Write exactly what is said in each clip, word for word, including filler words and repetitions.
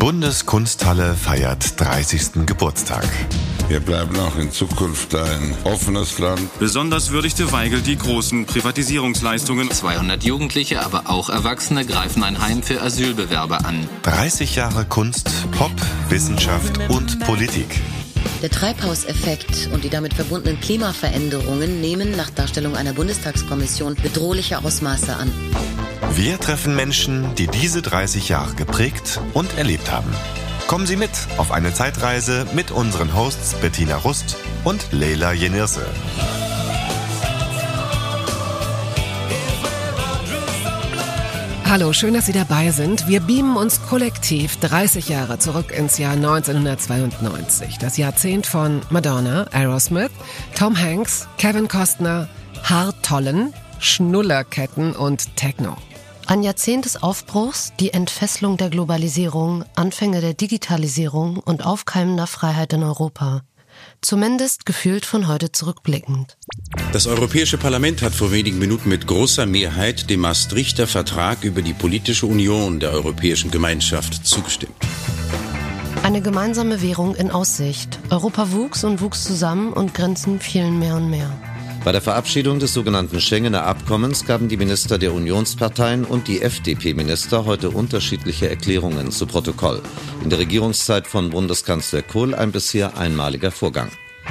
Bundeskunsthalle feiert dreißigsten Geburtstag. Wir bleiben auch in Zukunft ein offenes Land. Besonders würdigte Weigel die großen Privatisierungsleistungen. zweihundert Jugendliche, aber auch Erwachsene greifen ein Heim für Asylbewerber an. dreißig Jahre Kunst, Pop, Wissenschaft und Politik. Der Treibhauseffekt und die damit verbundenen Klimaveränderungen nehmen nach Darstellung einer Bundestagskommission bedrohliche Ausmaße an. Wir treffen Menschen, die diese dreißig Jahre geprägt und erlebt haben. Kommen Sie mit auf eine Zeitreise mit unseren Hosts Bettina Rust und Leila Yenirse. Hallo, schön, dass Sie dabei sind. Wir beamen uns kollektiv dreißig Jahre zurück ins Jahr neunzehnhundertzweiundneunzig. Das Jahrzehnt von Madonna, Aerosmith, Tom Hanks, Kevin Costner, Haartollen, Schnullerketten und Techno. Ein Jahrzehnt des Aufbruchs, die Entfesselung der Globalisierung, Anfänge der Digitalisierung und aufkeimender Freiheit in Europa. Zumindest gefühlt von heute zurückblickend. Das Europäische Parlament hat vor wenigen Minuten mit großer Mehrheit dem Maastrichter Vertrag über die politische Union der Europäischen Gemeinschaft zugestimmt. Eine gemeinsame Währung in Aussicht. Europa wuchs und wuchs zusammen und Grenzen fielen mehr und mehr. Bei der Verabschiedung des sogenannten Schengener Abkommens gaben die Minister der Unionsparteien und die F D P-Minister heute unterschiedliche Erklärungen zu Protokoll. In der Regierungszeit von Bundeskanzler Kohl ein bisher einmaliger Vorgang.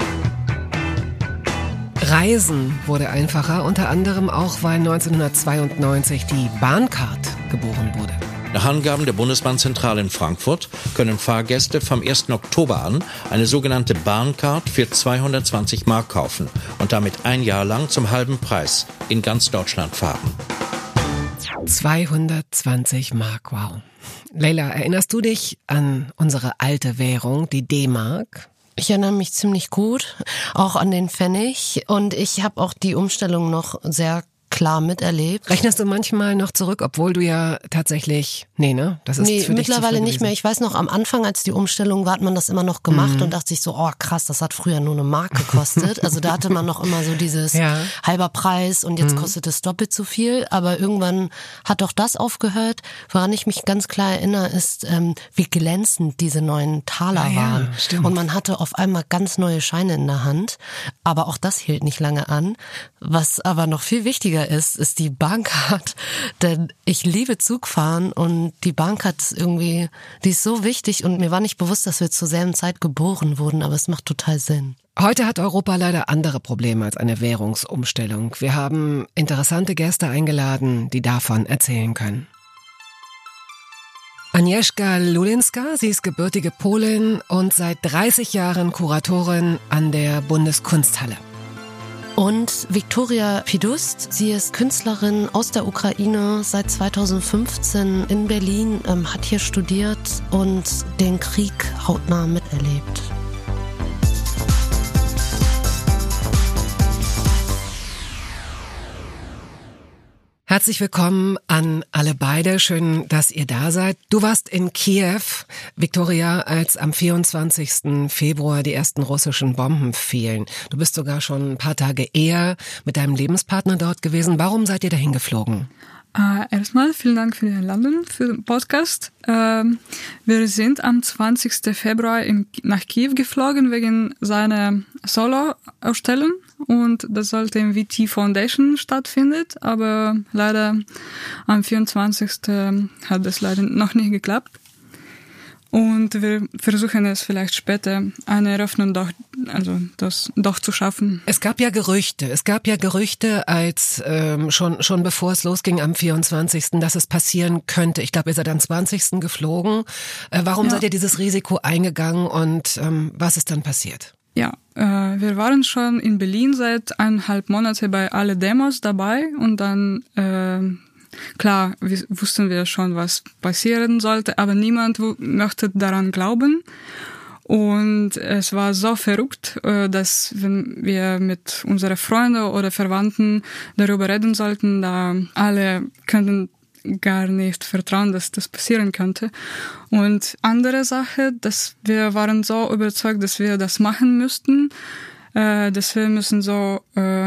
Reisen wurde einfacher, unter anderem auch, weil neunzehnhundertzweiundneunzig die Bahncard geboren wurde. Nach Angaben der Bundesbahnzentrale in Frankfurt können Fahrgäste vom ersten Oktober an eine sogenannte Bahncard für zweihundertzwanzig Mark kaufen und damit ein Jahr lang zum halben Preis in ganz Deutschland fahren. zweihundertzwanzig Mark, wow. Leila, erinnerst du dich an unsere alte Währung, die D-Mark? Ich erinnere mich ziemlich gut, auch an den Pfennig, und ich habe auch die Umstellung noch sehr klar miterlebt. Rechnest du manchmal noch zurück, obwohl du ja tatsächlich, nee, ne? Das ist nee, für dich mittlerweile nicht mehr. Ich weiß noch, am Anfang, als die Umstellung war, hat man das immer noch gemacht mhm. und dachte sich so, oh krass, das hat früher nur eine Mark gekostet. Also da hatte man noch immer so dieses ja. halber Preis und jetzt mhm. kostet es doppelt so viel. Aber irgendwann hat auch das aufgehört. Woran ich mich ganz klar erinnere, ist, ähm, wie glänzend diese neuen Taler ah, waren. Ja, stimmt. Und man hatte auf einmal ganz neue Scheine in der Hand. Aber auch das hielt nicht lange an. Was aber noch viel wichtiger ist, ist die Bahncard, denn ich liebe Zugfahren und die Bahncard ist irgendwie, die ist so wichtig und mir war nicht bewusst, dass wir zur selben Zeit geboren wurden, aber es macht total Sinn. Heute hat Europa leider andere Probleme als eine Währungsumstellung. Wir haben interessante Gäste eingeladen, die davon erzählen können. Agnieszka Lulinska, sie ist gebürtige Polin und seit dreißig Jahren Kuratorin an der Bundeskunsthalle. Und Viktoria Pidust, sie ist Künstlerin aus der Ukraine, seit zweitausendfünfzehn in Berlin, ähm, hat hier studiert und den Krieg hautnah miterlebt. Herzlich willkommen an alle beide. Schön, dass ihr da seid. Du warst in Kiew, Viktoria, als am vierundzwanzigsten Februar die ersten russischen Bomben fielen. Du bist sogar schon ein paar Tage eher mit deinem Lebenspartner dort gewesen. Warum seid ihr dahin geflogen? Uh, erstmal vielen Dank für die Einladung für den Podcast. Uh, wir sind am zwanzigsten Februar in, nach Kiew geflogen wegen seiner Solo-Ausstellung und das sollte im V T Foundation stattfinden, aber leider am vierundzwanzigsten hat das leider noch nicht geklappt. Und wir versuchen es vielleicht später, eine Eröffnung doch, also das doch zu schaffen. Es gab ja Gerüchte, es gab ja Gerüchte, als ähm, schon schon bevor es losging am vierundzwanzigsten, dass es passieren könnte. Ich glaube, ihr seid am zwanzigsten geflogen. Äh, warum ja. seid ihr dieses Risiko eingegangen und ähm, was ist dann passiert? Ja, äh, wir waren schon in Berlin seit eineinhalb Monate bei alle Demos dabei und dann äh, Klar, wir, wussten wir schon, was passieren sollte, aber niemand w- möchte daran glauben. Und es war so verrückt, dass wenn wir mit unseren Freunden oder Verwandten darüber reden sollten, da alle könnten gar nicht vertrauen, dass das passieren könnte. Und andere Sache, dass wir waren so überzeugt, dass wir das machen müssten, dass wir müssen so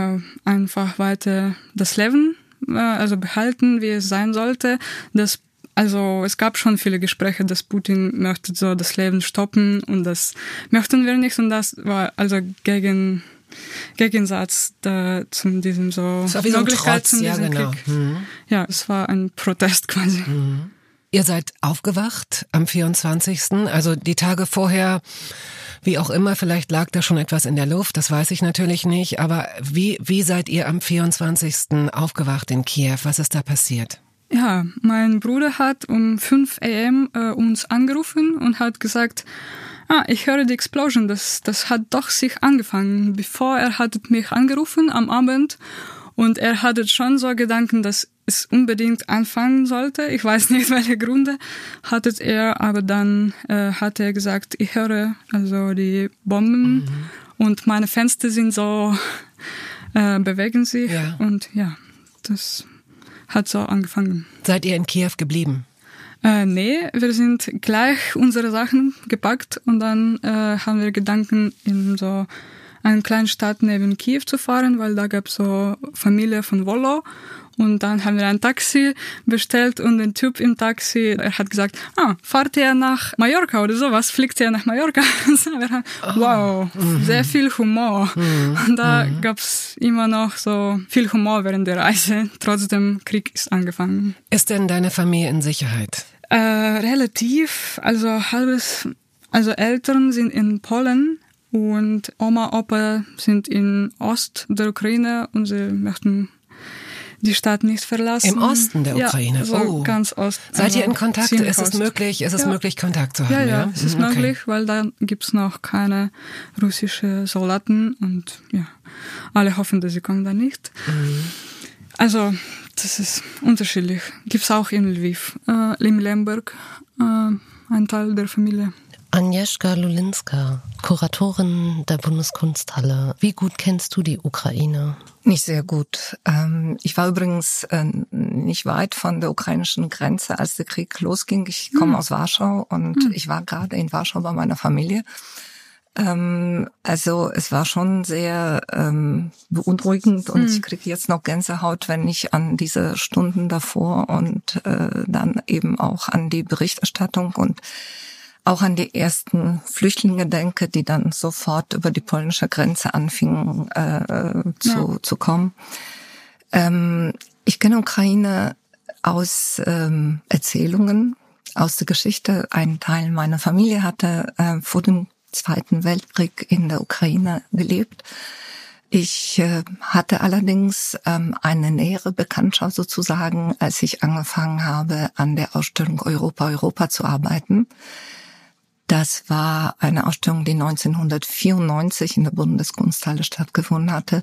einfach weiter das Leben also behalten, wie es sein sollte, dass also es gab schon viele Gespräche, dass Putin möchte so das Leben stoppen und das möchten wir nicht und das war also gegen Gegensatz da, zu diesem so, so wie so ein Trotz, ja genau. Mhm. Ja, es war ein Protest quasi. Mhm. Ihr seid aufgewacht am vierundzwanzigsten Also die Tage vorher, wie auch immer, vielleicht lag da schon etwas in der Luft, das weiß ich natürlich nicht, aber wie, wie seid ihr am vierundzwanzigsten aufgewacht in Kiew? Was ist da passiert? Ja, mein Bruder hat um fünf a.m. Äh, uns angerufen und hat gesagt, ah, ich höre die Explosion, das, das hat doch sich angefangen. Bevor er hat mich angerufen am Abend und er hatte schon so Gedanken, dass es unbedingt anfangen sollte. Ich weiß nicht, welche Gründe hatte er, aber dann äh, hat er gesagt, ich höre also die Bomben mhm. und meine Fenster sind so, äh, bewegen sich ja. Und ja, das hat so angefangen. Seid ihr in Kiew geblieben? Äh, nee, wir sind gleich unsere Sachen gepackt und dann äh, haben wir Gedanken, in so eine kleine Stadt neben Kiew zu fahren, weil da gab es so Familie von Wollo. Und dann haben wir ein Taxi bestellt und der Typ im Taxi, er hat gesagt, ah, fahrt ihr nach Mallorca oder sowas, fliegt ihr nach Mallorca? Wow, mhm. sehr viel Humor. Mhm. Und da mhm. gab's immer noch so viel Humor während der Reise, trotzdem Krieg ist angefangen. Ist denn deine Familie in Sicherheit? Äh, relativ, also halbes, also Eltern sind in Polen und Oma, Opa sind in Ost der Ukraine und sie möchten die Stadt nicht verlassen. Im Osten der Ukraine? Ja, so oh. ganz Ost. Seid also ihr in Kontakt? Ist es Ost. möglich, ist es ja. möglich, Kontakt zu haben? Ja, ja, ja? es ist okay. möglich, weil da gibt's noch keine russische Soldaten und ja, alle hoffen, dass sie kommen da nicht. Mhm. Also, das ist unterschiedlich. Gibt's auch in Lviv, äh, in Lemberg, äh, ein Teil der Familie. Agnieszka Lulinska, Kuratorin der Bundeskunsthalle. Wie gut kennst du die Ukraine? Nicht sehr gut. Ich war übrigens nicht weit von der ukrainischen Grenze, als der Krieg losging. Ich komme hm. aus Warschau und hm. ich war gerade in Warschau bei meiner Familie. Also es war schon sehr beunruhigend und hm. ich kriege jetzt noch Gänsehaut, wenn ich an diese Stunden davor und dann eben auch an die Berichterstattung und auch an die ersten Flüchtlinge denke, die dann sofort über die polnische Grenze anfingen äh, zu, ja. zu kommen. Ähm, ich kenne Ukraine aus ähm, Erzählungen, aus der Geschichte. Ein Teil meiner Familie hatte äh, vor dem Zweiten Weltkrieg in der Ukraine gelebt. Ich äh, hatte allerdings ähm, eine nähere Bekanntschaft sozusagen, als ich angefangen habe, an der Ausstellung Europa, Europa zu arbeiten. Das war eine Ausstellung, die neunzehnhundertvierundneunzig in der Bundeskunsthalle stattgefunden hatte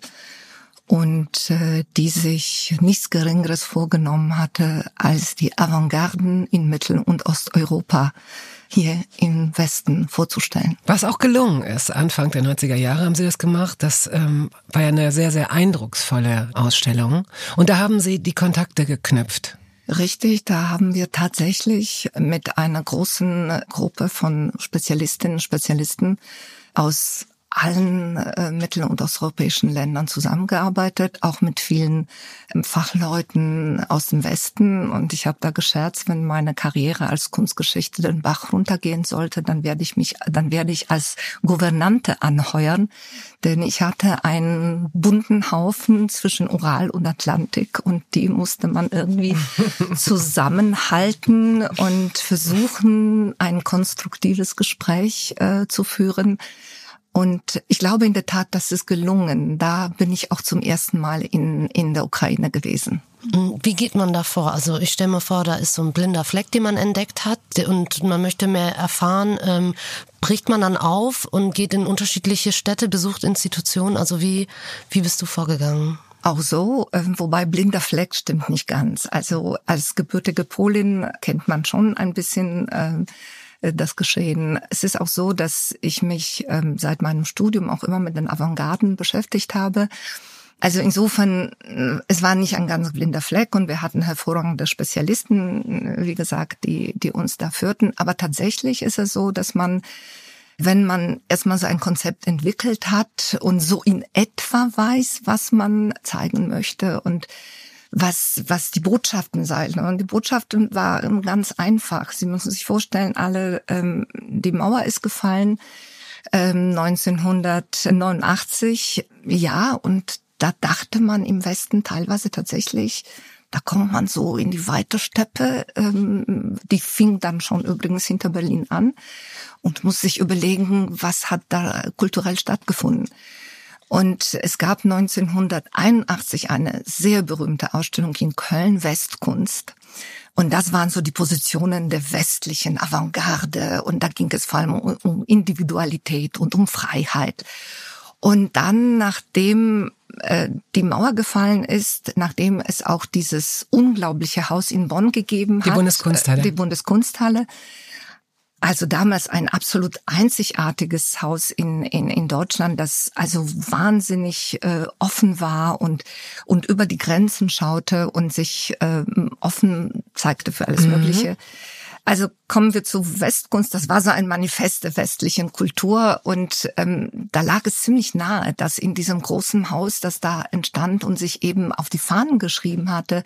und äh, die sich nichts Geringeres vorgenommen hatte, als die Avantgarden in Mittel- und Osteuropa hier im Westen vorzustellen. Was auch gelungen ist. Anfang der neunziger Jahre haben Sie das gemacht. Das ähm, war ja eine sehr, sehr eindrucksvolle Ausstellung. Und da haben Sie die Kontakte geknüpft. Richtig, da haben wir tatsächlich mit einer großen Gruppe von Spezialistinnen und Spezialisten aus allen äh, mittel- und osteuropäischen Ländern zusammengearbeitet, auch mit vielen ähm, Fachleuten aus dem Westen. Und ich habe da gescherzt, wenn meine Karriere als Kunstgeschichte den Bach runtergehen sollte, dann werde ich mich, dann werde ich als Gouvernante anheuern, denn ich hatte einen bunten Haufen zwischen Ural und Atlantik und die musste man irgendwie zusammenhalten und versuchen, ein konstruktives Gespräch äh, zu führen. Und ich glaube in der Tat, das ist gelungen. Da bin ich auch zum ersten Mal in in der Ukraine gewesen. Wie geht man da vor? Also ich stelle mir vor, da ist so ein blinder Fleck, den man entdeckt hat und man möchte mehr erfahren. Ähm, bricht man dann auf und geht in unterschiedliche Städte, besucht Institutionen? Also wie wie bist du vorgegangen? Auch so, wobei blinder Fleck stimmt nicht ganz. Also als gebürtige Polin kennt man schon ein bisschen äh, das Geschehen. Es ist auch so, dass ich mich ähm, seit meinem Studium auch immer mit den Avantgarden beschäftigt habe. Also insofern, es war nicht ein ganz blinder Fleck und wir hatten hervorragende Spezialisten, wie gesagt, die die uns da führten. Aber tatsächlich ist es so, dass man, wenn man erstmal so ein Konzept entwickelt hat und so in etwa weiß, was man zeigen möchte und was, was die Botschaften seien. Und die Botschaften waren ganz einfach. Sie müssen sich vorstellen, alle, ähm, die Mauer ist gefallen, ähm, neunzehnhundertneunundachtzig, ja, und da dachte man im Westen teilweise tatsächlich, da kommt man so in die weite Steppe, ähm, die fing dann schon übrigens hinter Berlin an und muss sich überlegen, was hat da kulturell stattgefunden. Und es gab neunzehnhunderteinundachtzig eine sehr berühmte Ausstellung in Köln, Westkunst. Und das waren so die Positionen der westlichen Avantgarde. Und da ging es vor allem um Individualität und um Freiheit. Und dann, nachdem äh, die Mauer gefallen ist, nachdem es auch dieses unglaubliche Haus in Bonn gegeben hat, die Bundeskunsthalle, äh, die Bundeskunsthalle, also damals ein absolut einzigartiges Haus in in in Deutschland, das also wahnsinnig äh, offen war und und über die Grenzen schaute und sich äh, offen zeigte für alles mhm. Mögliche. Also kommen wir zu Westkunst. Das war so ein Manifest der westlichen Kultur und ähm, da lag es ziemlich nahe, dass in diesem großen Haus, das da entstand und sich eben auf die Fahnen geschrieben hatte,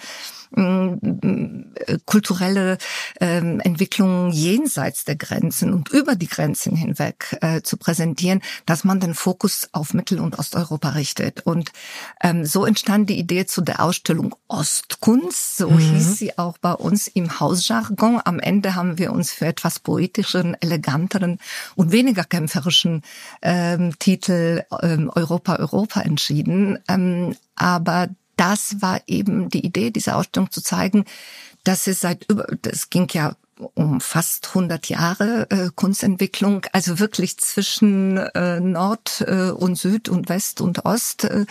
ähm, kulturelle ähm, Entwicklungen jenseits der Grenzen und über die Grenzen hinweg äh, zu präsentieren, dass man den Fokus auf Mittel- und Osteuropa richtet. Und ähm, so entstand die Idee zu der Ausstellung Ostkunst. So mhm. hieß sie auch bei uns im Hausjargon. Am Ende haben wir uns für etwas poetischeren, eleganteren und weniger kämpferischen ähm, Titel ähm, Europa, Europa entschieden. Ähm, aber das war eben die Idee, diese Ausstellung zu zeigen, dass es seit über, das ging ja um fast hundert Jahre äh, Kunstentwicklung, also wirklich zwischen äh, Nord äh, und Süd und West und Ost. Äh,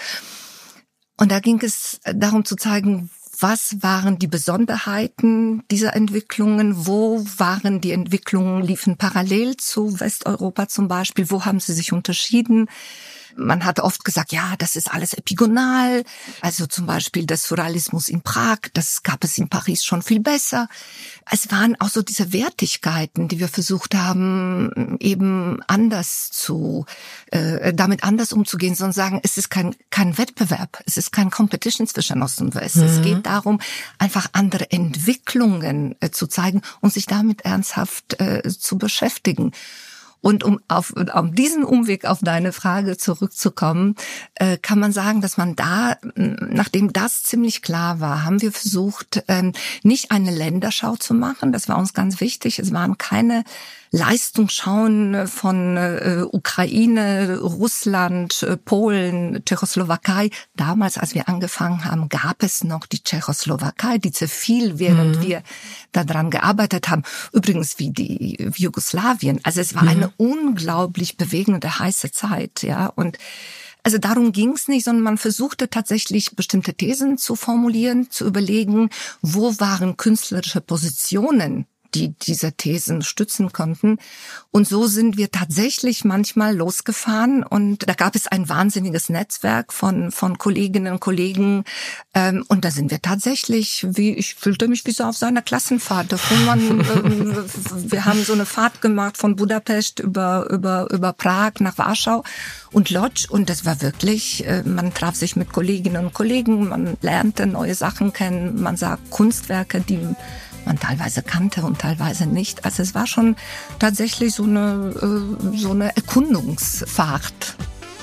und da ging es darum zu zeigen, was waren die Besonderheiten dieser Entwicklungen? Wo waren die Entwicklungen, liefen parallel zu Westeuropa zum Beispiel? Wo haben sie sich unterschieden? Man hat oft gesagt, ja, das ist alles epigonal. Also zum Beispiel der Surrealismus in Prag, das gab es in Paris schon viel besser. Es waren auch so diese Wertigkeiten, die wir versucht haben, eben anders zu, äh, damit anders umzugehen, sondern sagen, es ist kein, kein Wettbewerb, es ist kein Competition zwischen Ost und West. Mhm. Es geht darum, einfach andere Entwicklungen äh, zu zeigen und sich damit ernsthaft äh, zu beschäftigen. Und um auf, um diesen Umweg auf deine Frage zurückzukommen, äh, kann man sagen, dass man da, nachdem das ziemlich klar war, haben wir versucht, ähm, nicht eine Länderschau zu machen. Das war uns ganz wichtig. Es waren keine Leistungsschauen von äh, Ukraine, Russland, äh, Polen, Tschechoslowakei. Damals, als wir angefangen haben, gab es noch die Tschechoslowakei, die zerfiel, während mhm. wir daran gearbeitet haben. Übrigens wie die wie Jugoslawien. Also es war mhm. eine unglaublich bewegende, heiße Zeit, ja. Und also darum ging's nicht, sondern man versuchte tatsächlich bestimmte Thesen zu formulieren, zu überlegen, wo waren künstlerische Positionen, die diese Thesen stützen konnten. Und so sind wir tatsächlich manchmal losgefahren und da gab es ein wahnsinniges Netzwerk von von Kolleginnen und Kollegen ähm, und da sind wir tatsächlich, wie ich fühlte mich wie so auf so einer Klassenfahrt. Da fuhr man, ähm, wir haben so eine Fahrt gemacht von Budapest über über über Prag nach Warschau und Lodz und das war wirklich, äh, man traf sich mit Kolleginnen und Kollegen, man lernte neue Sachen kennen, man sah Kunstwerke, die man teilweise kannte und teilweise nicht. Also es war schon tatsächlich so eine, so eine Erkundungsfahrt.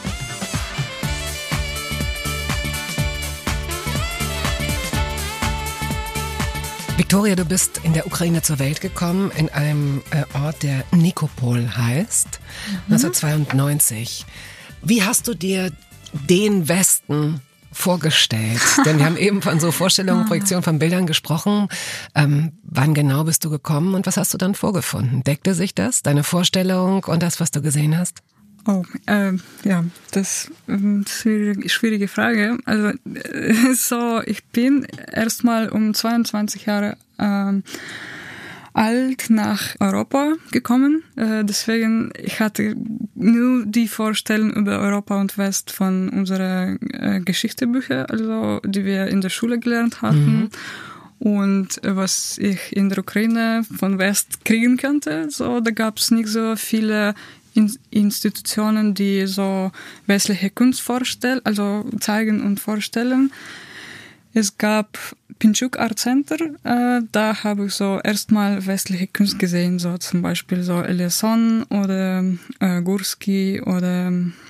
Viktoria, du bist in der Ukraine zur Welt gekommen, in einem Ort, der Nikopol heißt, mhm. neunzehnhundertzweiundneunzig. Wie hast du dir den Westen vorgestellt? Denn wir haben eben von so Vorstellungen, Projektionen von Bildern gesprochen. Ähm, wann genau bist du gekommen und was hast du dann vorgefunden? Deckte sich das, deine Vorstellung und das, was du gesehen hast? Oh, äh, ja, das ist eine schwierige, schwierige Frage. Also äh, so, ich bin erstmal um zweiundzwanzig Jahre äh, alt nach Europa gekommen. Äh, deswegen, ich hatte nur die Vorstellung über Europa und West von unseren äh, Geschichtebüchern, also die wir in der Schule gelernt hatten. Mhm. Und was ich in der Ukraine von West kriegen könnte. So, da gab es nicht so viele in- Institutionen, die so westliche Kunst vorstellen, also zeigen und vorstellen. Es gab Pinchuk Art Center, äh, da habe ich so erstmal westliche Kunst gesehen, so zum Beispiel so Eliasson oder äh, Gursky oder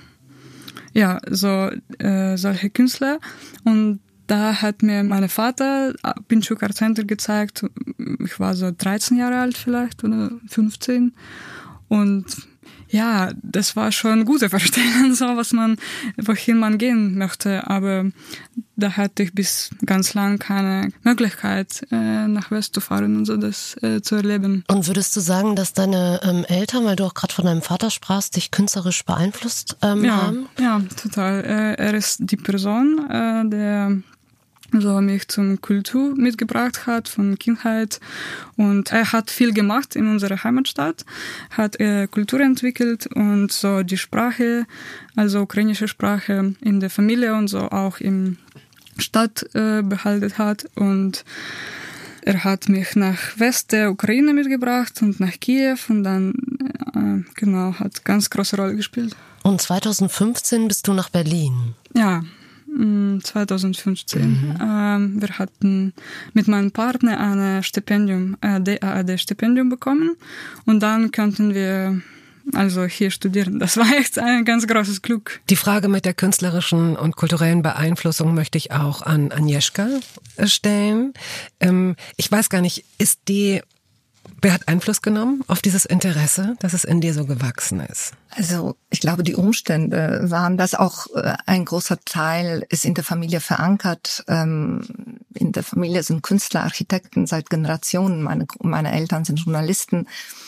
ja, so äh, solche Künstler. Und da hat mir mein Vater Pinchuk Art Center gezeigt. Ich war so dreizehn Jahre alt vielleicht oder fünfzehn. Und ja, das war schon eine gute Vorstellung, so was man, wohin man gehen möchte. Aber da hatte ich bis ganz lang keine Möglichkeit, äh, nach West zu fahren und so das äh, zu erleben. Und würdest du sagen, dass deine ähm, Eltern, weil du auch gerade von deinem Vater sprachst, dich künstlerisch beeinflusst ähm, ja, haben? Ja, total. Äh, er ist die Person, äh, der so mich zum Kultur mitgebracht hat von Kindheit, und er hat viel gemacht in unserer Heimatstadt, hat äh, Kultur entwickelt und so die Sprache, also ukrainische Sprache in der Familie und so auch im Stadt äh, behalten hat, und er hat mich nach West der Ukraine mitgebracht und nach Kiew, und dann äh, genau hat ganz große Rolle gespielt. Und zweitausendfünfzehn bist du nach Berlin? Ja. zweitausendfünfzehn. Mhm. Ähm, wir hatten mit meinem Partner ein Stipendium, äh, D A A D-Stipendium bekommen, und dann konnten wir also hier studieren. Das war echt ein ganz großes Glück. Die Frage mit der künstlerischen und kulturellen Beeinflussung möchte ich auch an Agnieszka stellen. Ähm, ich weiß gar nicht, ist die Wer hat Einfluss genommen auf dieses Interesse, dass es in dir so gewachsen ist? Also ich glaube, die Umstände waren das. Auch ein großer Teil ist in der Familie verankert. In der Familie sind Künstler, Architekten seit Generationen. Meine, meine Eltern sind Journalisten.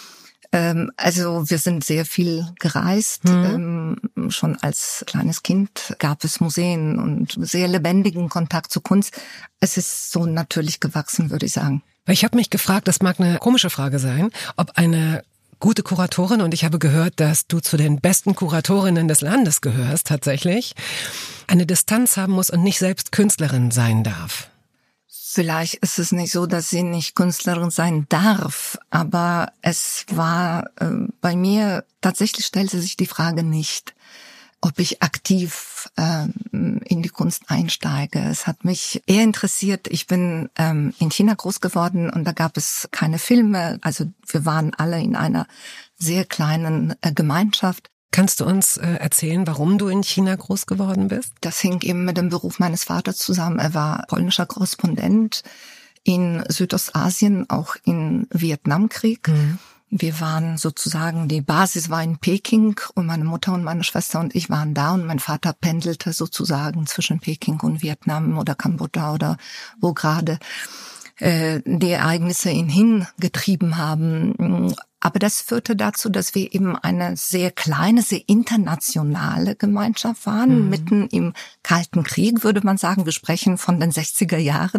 Also wir sind sehr viel gereist. Mhm. Schon als kleines Kind gab es Museen und sehr lebendigen Kontakt zur Kunst. Es ist so natürlich gewachsen, würde ich sagen. Ich habe mich gefragt, das mag eine komische Frage sein, ob eine gute Kuratorin, und ich habe gehört, dass du zu den besten Kuratorinnen des Landes gehörst tatsächlich, eine Distanz haben muss und nicht selbst Künstlerin sein darf. Vielleicht ist es nicht so, dass sie nicht Künstlerin sein darf, aber es war äh, bei mir, tatsächlich stellte sich die Frage nicht, ob ich aktiv ähm, in die Kunst einsteige. Es hat mich eher interessiert. Ich bin ähm, in China groß geworden, und da gab es keine Filme. Also wir waren alle in einer sehr kleinen äh, Gemeinschaft. Kannst du uns äh, erzählen, warum du in China groß geworden bist? Das hing eben mit dem Beruf meines Vaters zusammen. Er war polnischer Korrespondent in Südostasien, auch im Vietnamkrieg. Mhm. Wir waren sozusagen, die Basis war in Peking, und meine Mutter und meine Schwester und ich waren da, und mein Vater pendelte sozusagen zwischen Peking und Vietnam oder Kambodscha oder wo gerade äh, die Ereignisse ihn hingetrieben haben. Aber das führte dazu, dass wir eben eine sehr kleine, sehr internationale Gemeinschaft waren, mhm. mitten im Kalten Krieg, würde man sagen. Wir sprechen von den sechziger Jahren.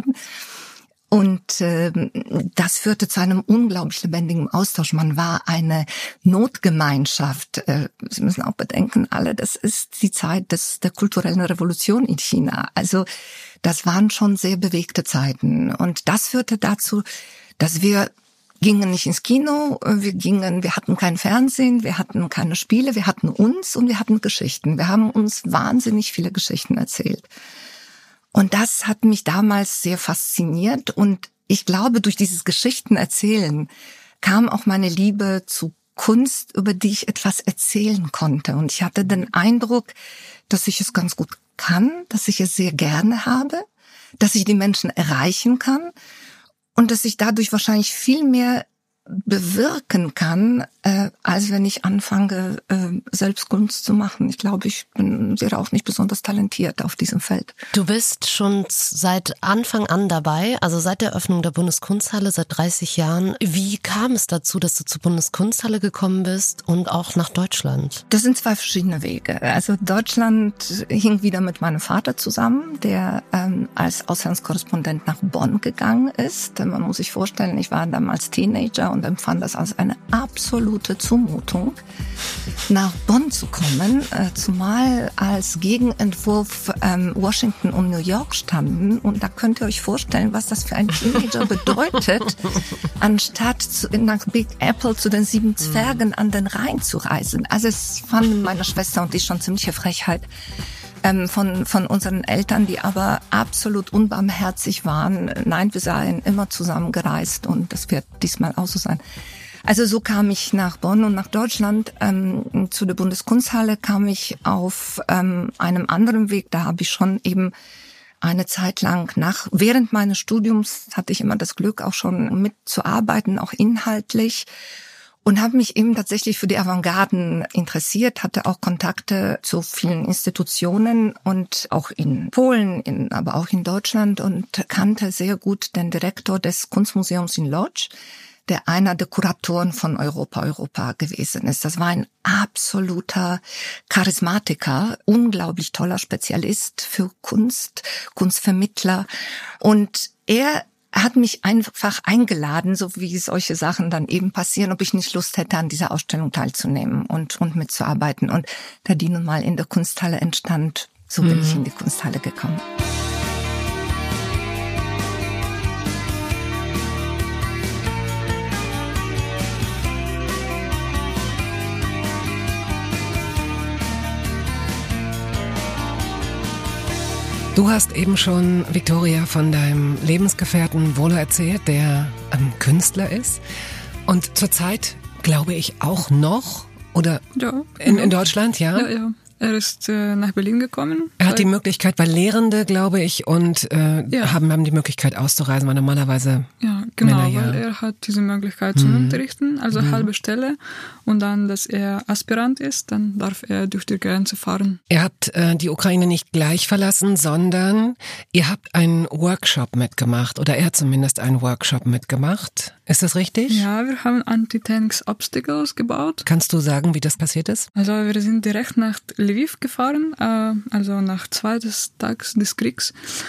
Und äh, das führte zu einem unglaublich lebendigen Austausch. Man war eine Notgemeinschaft. Äh, Sie müssen auch bedenken, alle, das ist die Zeit des, der kulturellen Revolution in China. Also das waren schon sehr bewegte Zeiten. Und das führte dazu, dass wir gingen nicht ins Kino, wir gingen, wir hatten kein Fernsehen, wir hatten keine Spiele, wir hatten uns und wir hatten Geschichten. Wir haben uns wahnsinnig viele Geschichten erzählt. Und das hat mich damals sehr fasziniert, und ich glaube, durch dieses Geschichtenerzählen kam auch meine Liebe zu Kunst, über die ich etwas erzählen konnte. Und ich hatte den Eindruck, dass ich es ganz gut kann, dass ich es sehr gerne habe, dass ich die Menschen erreichen kann und dass ich dadurch wahrscheinlich viel mehr bewirken kann, äh, als wenn ich anfange, äh, selbst Kunst zu machen. Ich glaube, ich bin sehr auch nicht besonders talentiert auf diesem Feld. Du bist schon seit Anfang an dabei, also seit der Öffnung der Bundeskunsthalle, seit dreißig Jahren. Wie kam es dazu, dass du zur Bundeskunsthalle gekommen bist und auch nach Deutschland? Das sind zwei verschiedene Wege. Also Deutschland hing wieder mit meinem Vater zusammen, der ähm, als Auslandskorrespondent nach Bonn gegangen ist. Man muss sich vorstellen, ich war damals Teenager und empfand das als eine absolute Zumutung, nach Bonn zu kommen, äh, zumal als Gegenentwurf ähm, Washington und New York standen. Und da könnt ihr euch vorstellen, was das für ein Teenager bedeutet, anstatt zu, nach Big Apple zu den sieben Zwergen an den Rhein zu reisen. Also es fanden meine Schwester und ich schon ziemliche Frechheit ähm, von von unseren Eltern, die aber absolut unbarmherzig waren. Nein, wir seien immer zusammengereist und das wird diesmal auch so sein. Also so kam ich nach Bonn und nach Deutschland. Ähm, zu der Bundeskunsthalle kam ich auf ähm, einem anderen Weg. Da habe ich schon eben eine Zeit lang nach, während meines Studiums hatte ich immer das Glück, auch schon mitzuarbeiten, auch inhaltlich. Und habe mich eben tatsächlich für die Avantgarden interessiert, hatte auch Kontakte zu vielen Institutionen und auch in Polen, in, aber auch in Deutschland und kannte sehr gut den Direktor des Kunstmuseums in Łódź, der einer der Kuratoren von Europa Europa gewesen ist. Das war ein absoluter Charismatiker, unglaublich toller Spezialist für Kunst, Kunstvermittler. Und er hat mich einfach eingeladen, so wie solche Sachen dann eben passieren, ob ich nicht Lust hätte, an dieser Ausstellung teilzunehmen und, und mitzuarbeiten. Und da die nun mal in der Kunsthalle entstand, so bin mhm. ich in die Kunsthalle gekommen. Du hast eben schon, Viktoria, von deinem Lebensgefährten Volo erzählt, der ein Künstler ist und zurzeit, glaube ich, auch noch, oder ja, in, ja. in Deutschland, ja? Ja, ja. Er ist äh, nach Berlin gekommen. Er hat die Möglichkeit, weil Lehrende, glaube ich, und äh, ja. haben, haben die Möglichkeit auszureisen, weil normalerweise Ja, genau, Männer, ja. weil er hat diese Möglichkeit zum mhm. Unterrichten, also mhm. halbe Stelle. Und dann, dass er Aspirant ist, dann darf er durch die Grenze fahren. Ihr habt äh, die Ukraine nicht gleich verlassen, sondern ihr habt einen Workshop mitgemacht, oder er hat zumindest einen Workshop mitgemacht. Ist das richtig? Ja, wir haben Anti-Tanks Obstacles gebaut. Kannst du sagen, wie das passiert ist? Also wir sind direkt nach Lviv gefahren, äh, also nach zweites Tags des Kriegs.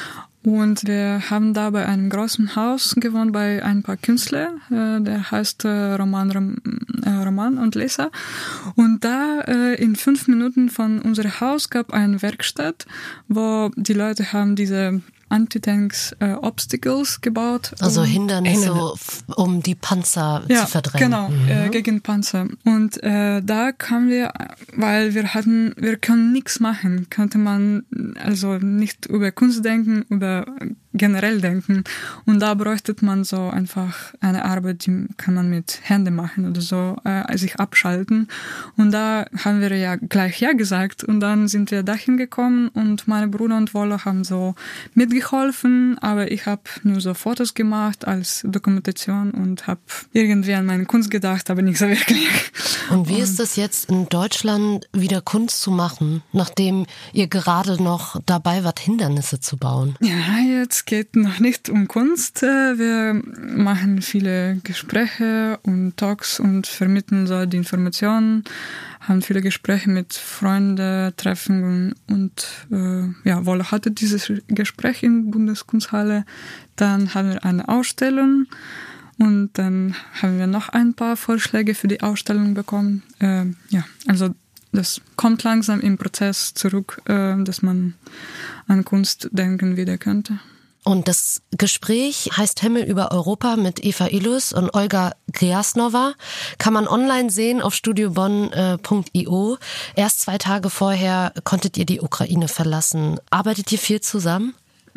Und wir haben da bei einem großen Haus gewohnt bei ein paar Künstlern, äh, der heißt äh, Roman, Rom, äh, Roman und Lesa. Und da äh, in fünf Minuten von unserem Haus gab eine Werkstatt, wo die Leute haben diese Anti-Tanks äh, Obstacles gebaut. Also um, Hindernisse, um die Panzer ja, zu verdrängen. Genau, mhm. äh, gegen Panzer. Und äh, da kamen wir, weil wir hatten, wir können nichts machen, könnte man also nicht über Kunst denken, über generell denken. Und da bräuchte man so einfach eine Arbeit, die kann man mit Händen machen oder so, äh, sich abschalten. Und da haben wir ja gleich ja gesagt. Und dann sind wir dahin gekommen und meine Bruder und Volo haben so mitgeholfen, aber ich habe nur so Fotos gemacht als Dokumentation und habe irgendwie an meine Kunst gedacht, aber nicht so wirklich. Und wie und ist es jetzt in Deutschland wieder Kunst zu machen, nachdem ihr gerade noch dabei wart, Hindernisse zu bauen? Ja, jetzt geht noch nicht um Kunst. Wir machen viele Gespräche und Talks und vermitteln so die Informationen, haben viele Gespräche mit Freunden, Treffen und äh, ja, Volo hatte dieses Gespräch in Bundeskunsthalle. Dann haben wir eine Ausstellung und dann haben wir noch ein paar Vorschläge für die Ausstellung bekommen. Äh, ja, also das kommt langsam im Prozess zurück, äh, dass man an Kunst denken wieder könnte. Und das Gespräch heißt Himmel über Europa mit Eva Ilus und Olga Griasnova. Kann man online sehen auf studiobonn punkt io. Erst zwei Tage vorher konntet ihr die Ukraine verlassen. Arbeitet ihr viel zusammen?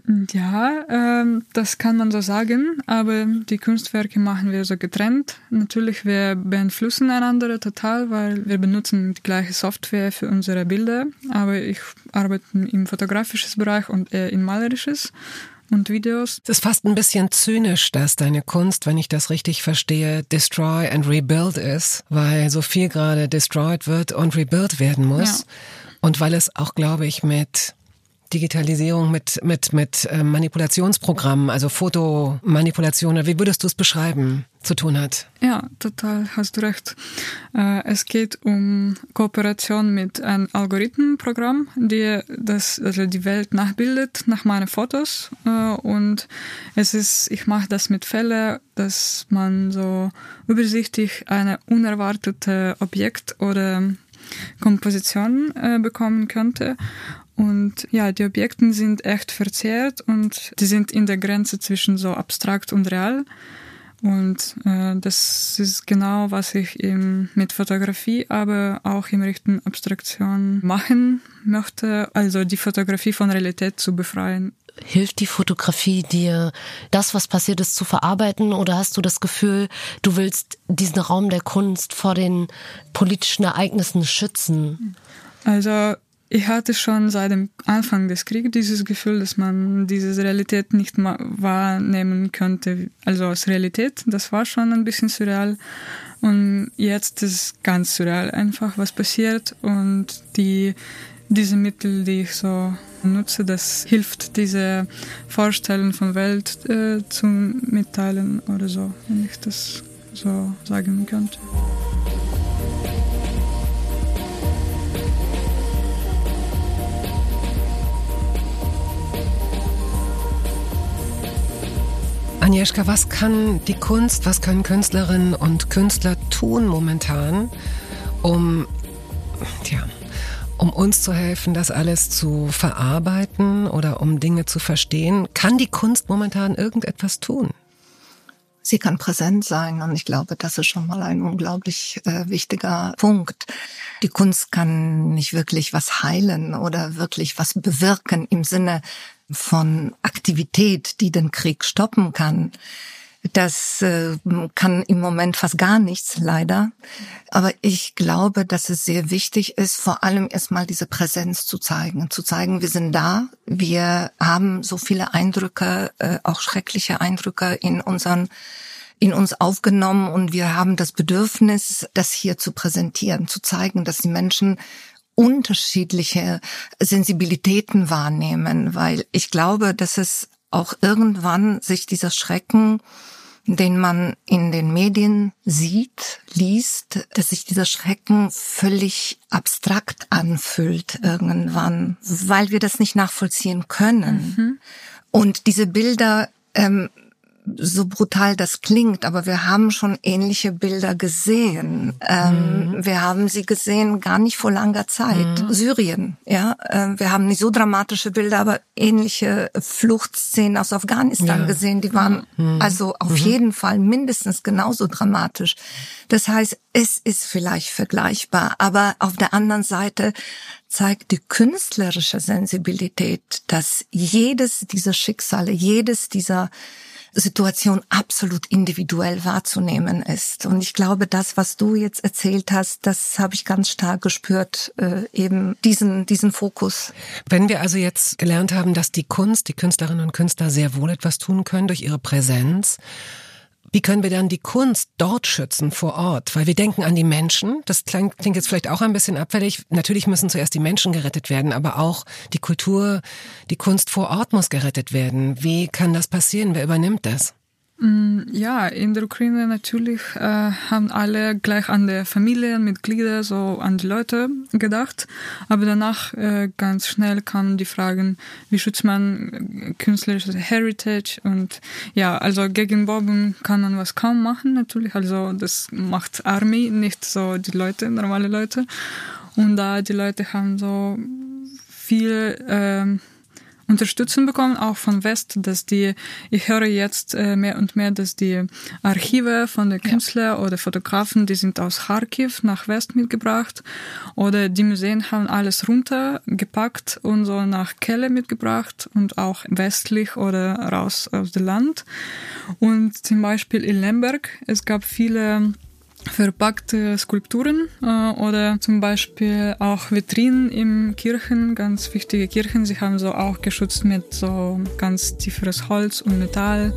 Ja, ähm, das kann man so sagen, aber die Kunstwerke machen wir so getrennt. Natürlich, wir beeinflussen einander total, weil wir benutzen die gleiche Software für unsere Bilder, aber ich arbeite im fotografischen Bereich und er im malerisches und Videos. Es ist fast ein bisschen zynisch, dass deine Kunst, wenn ich das richtig verstehe, Destroy and Rebuild ist, weil so viel gerade destroyed wird und rebuild werden muss. Ja. Und weil es auch, glaube ich, mit Digitalisierung, mit mit mit äh, Manipulationsprogrammen, also Fotomanipulation, wie würdest du es beschreiben, zu tun hat? Ja, total, hast du recht. Äh, es geht um Kooperation mit einem Algorithmenprogramm, die das also die Welt nachbildet nach meinen Fotos äh, und es ist, ich mache das mit Fällen, dass man so übersichtlich eine unerwartete Objekt oder Komposition äh, bekommen könnte. Und ja, die Objekte sind echt verzerrt und die sind in der Grenze zwischen so abstrakt und real. Und äh, das ist genau, was ich eben mit Fotografie, aber auch in Richtung Abstraktion machen möchte. Also die Fotografie von Realität zu befreien. Hilft die Fotografie dir, das, was passiert ist, zu verarbeiten? Oder hast du das Gefühl, du willst diesen Raum der Kunst vor den politischen Ereignissen schützen? Also ich hatte schon seit dem Anfang des Krieges dieses Gefühl, dass man diese Realität nicht wahrnehmen könnte. Also als Realität, das war schon ein bisschen surreal. Und jetzt ist es ganz surreal einfach, was passiert. Und die diese Mittel, die ich so nutze, das hilft, diese Vorstellung von Welt äh, zu mitteilen oder so, wenn ich das so sagen könnte. Agnieszka, was kann die Kunst, was können Künstlerinnen und Künstler tun momentan, um, tja, um uns zu helfen, das alles zu verarbeiten oder um Dinge zu verstehen? Kann die Kunst momentan irgendetwas tun? Sie kann präsent sein und ich glaube, das ist schon mal ein unglaublich äh, wichtiger Punkt. Die Kunst kann nicht wirklich was heilen oder wirklich was bewirken im Sinne von Aktivität, die den Krieg stoppen kann. Das äh, kann im Moment fast gar nichts, leider. Aber ich glaube, dass es sehr wichtig ist, vor allem erstmal diese Präsenz zu zeigen. Zu zeigen, wir sind da, wir haben so viele Eindrücke, äh, auch schreckliche Eindrücke in unseren in uns aufgenommen und wir haben das Bedürfnis, das hier zu präsentieren, zu zeigen, dass die Menschen unterschiedliche Sensibilitäten wahrnehmen, weil ich glaube, dass es auch irgendwann sich dieser Schrecken, den man in den Medien sieht, liest, dass sich dieser Schrecken völlig abstrakt anfühlt irgendwann, weil wir das nicht nachvollziehen können. Mhm. Und diese Bilder, ähm, so brutal das klingt, aber wir haben schon ähnliche Bilder gesehen. Ähm, mhm. Wir haben sie gesehen gar nicht vor langer Zeit. Mhm. Syrien, ja. Ähm, wir haben nicht so dramatische Bilder, aber ähnliche Fluchtszenen aus Afghanistan ja. gesehen. Die waren mhm. also auf mhm. jeden Fall mindestens genauso dramatisch. Das heißt, es ist vielleicht vergleichbar, aber auf der anderen Seite zeigt die künstlerische Sensibilität, dass jedes dieser Schicksale, jedes dieser Situation absolut individuell wahrzunehmen ist. Und ich glaube, das, was du jetzt erzählt hast, das habe ich ganz stark gespürt, äh, eben diesen diesen Fokus. Wenn wir also jetzt gelernt haben, dass die Kunst, die Künstlerinnen und Künstler sehr wohl etwas tun können durch ihre Präsenz, wie können wir dann die Kunst dort schützen, vor Ort? Weil wir denken an die Menschen, das klingt, klingt jetzt vielleicht auch ein bisschen abfällig. Natürlich müssen zuerst die Menschen gerettet werden, aber auch die Kultur, die Kunst vor Ort muss gerettet werden. Wie kann das passieren? Wer übernimmt das? Ja, in der Ukraine natürlich äh, haben alle gleich an der Familienmitglieder, so an die Leute gedacht. Aber danach äh, ganz schnell kamen die Fragen, wie schützt man künstlerische Heritage? Und ja, also gegen Bombing kann man was kaum machen natürlich. Also das macht Army, nicht so die Leute, normale Leute. Und da die Leute haben so viel äh, Unterstützung bekommen, auch von West, dass die, ich höre jetzt äh, mehr und mehr, dass die Archive von den Künstlern ja. oder Fotografen, die sind aus Kharkiv nach West mitgebracht oder die Museen haben alles runtergepackt und so nach Keller mitgebracht und auch westlich oder raus aus dem Land. Und zum Beispiel in Lemberg, es gab viele verpackte Skulpturen äh, oder zum Beispiel auch Vitrinen in Kirchen, ganz wichtige Kirchen. Sie haben so auch geschützt mit so ganz tieferes Holz und Metall.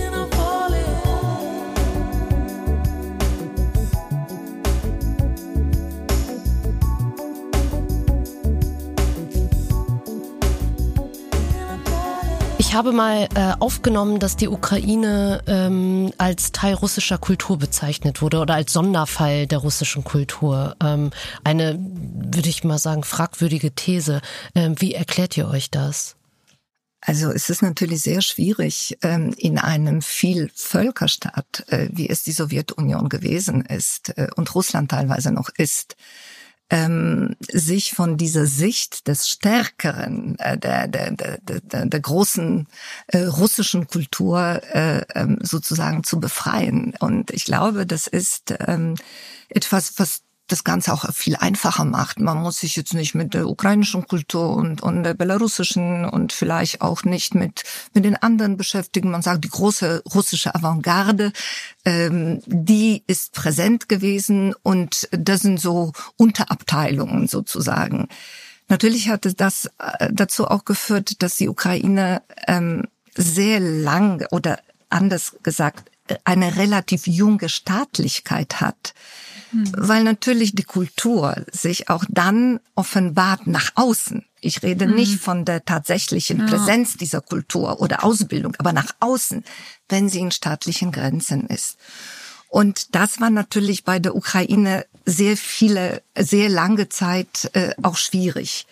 Ich habe mal äh, aufgenommen, dass die Ukraine ähm, als Teil russischer Kultur bezeichnet wurde oder als Sonderfall der russischen Kultur. Ähm, eine, würde ich mal sagen, fragwürdige These. Ähm, wie erklärt ihr euch das? Also es ist natürlich sehr schwierig, ähm, in einem Vielvölkerstaat, äh, wie es die Sowjetunion gewesen ist äh, und Russland teilweise noch ist, Ähm, sich von dieser Sicht des Stärkeren, äh, der, der, der, der, der großen äh, russischen Kultur äh, ähm, sozusagen zu befreien. Und ich glaube, das ist ähm, etwas, was das Ganze auch viel einfacher macht. Man muss sich jetzt nicht mit der ukrainischen Kultur und, und der belarussischen und vielleicht auch nicht mit, mit den anderen beschäftigen. Man sagt, die große russische Avantgarde, ähm, die ist präsent gewesen und das sind so Unterabteilungen sozusagen. Natürlich hatte das dazu auch geführt, dass die Ukraine ähm, sehr lang oder anders gesagt eine relativ junge Staatlichkeit hat. Weil natürlich die Kultur sich auch dann offenbart nach außen. Ich rede mhm. nicht von der tatsächlichen ja. Präsenz dieser Kultur oder Ausbildung, aber nach außen, wenn sie in staatlichen Grenzen ist. Und das war natürlich bei der Ukraine sehr viele, sehr lange Zeit äh, auch schwierig.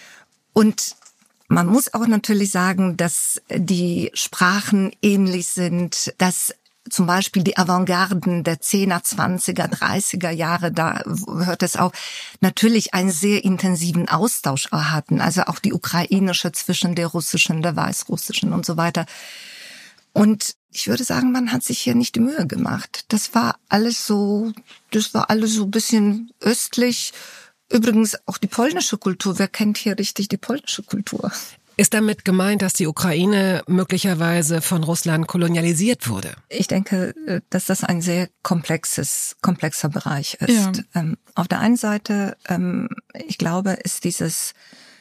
Und man muss auch natürlich sagen, dass die Sprachen ähnlich sind, dass zum Beispiel die Avantgarden der zehner, zwanziger, dreißiger Jahre, da hört es auf, natürlich einen sehr intensiven Austausch hatten. Also auch die ukrainische zwischen der russischen, der weißrussischen und so weiter. Und ich würde sagen, man hat sich hier nicht die Mühe gemacht. Das war alles so, das war alles so ein bisschen östlich. Übrigens auch die polnische Kultur. Wer kennt hier richtig die polnische Kultur? Ist damit gemeint, dass die Ukraine möglicherweise von Russland kolonialisiert wurde? Ich denke, dass das ein sehr komplexes, komplexer Bereich ist. Ja. Ähm, auf der einen Seite, ähm, ich glaube, ist dieses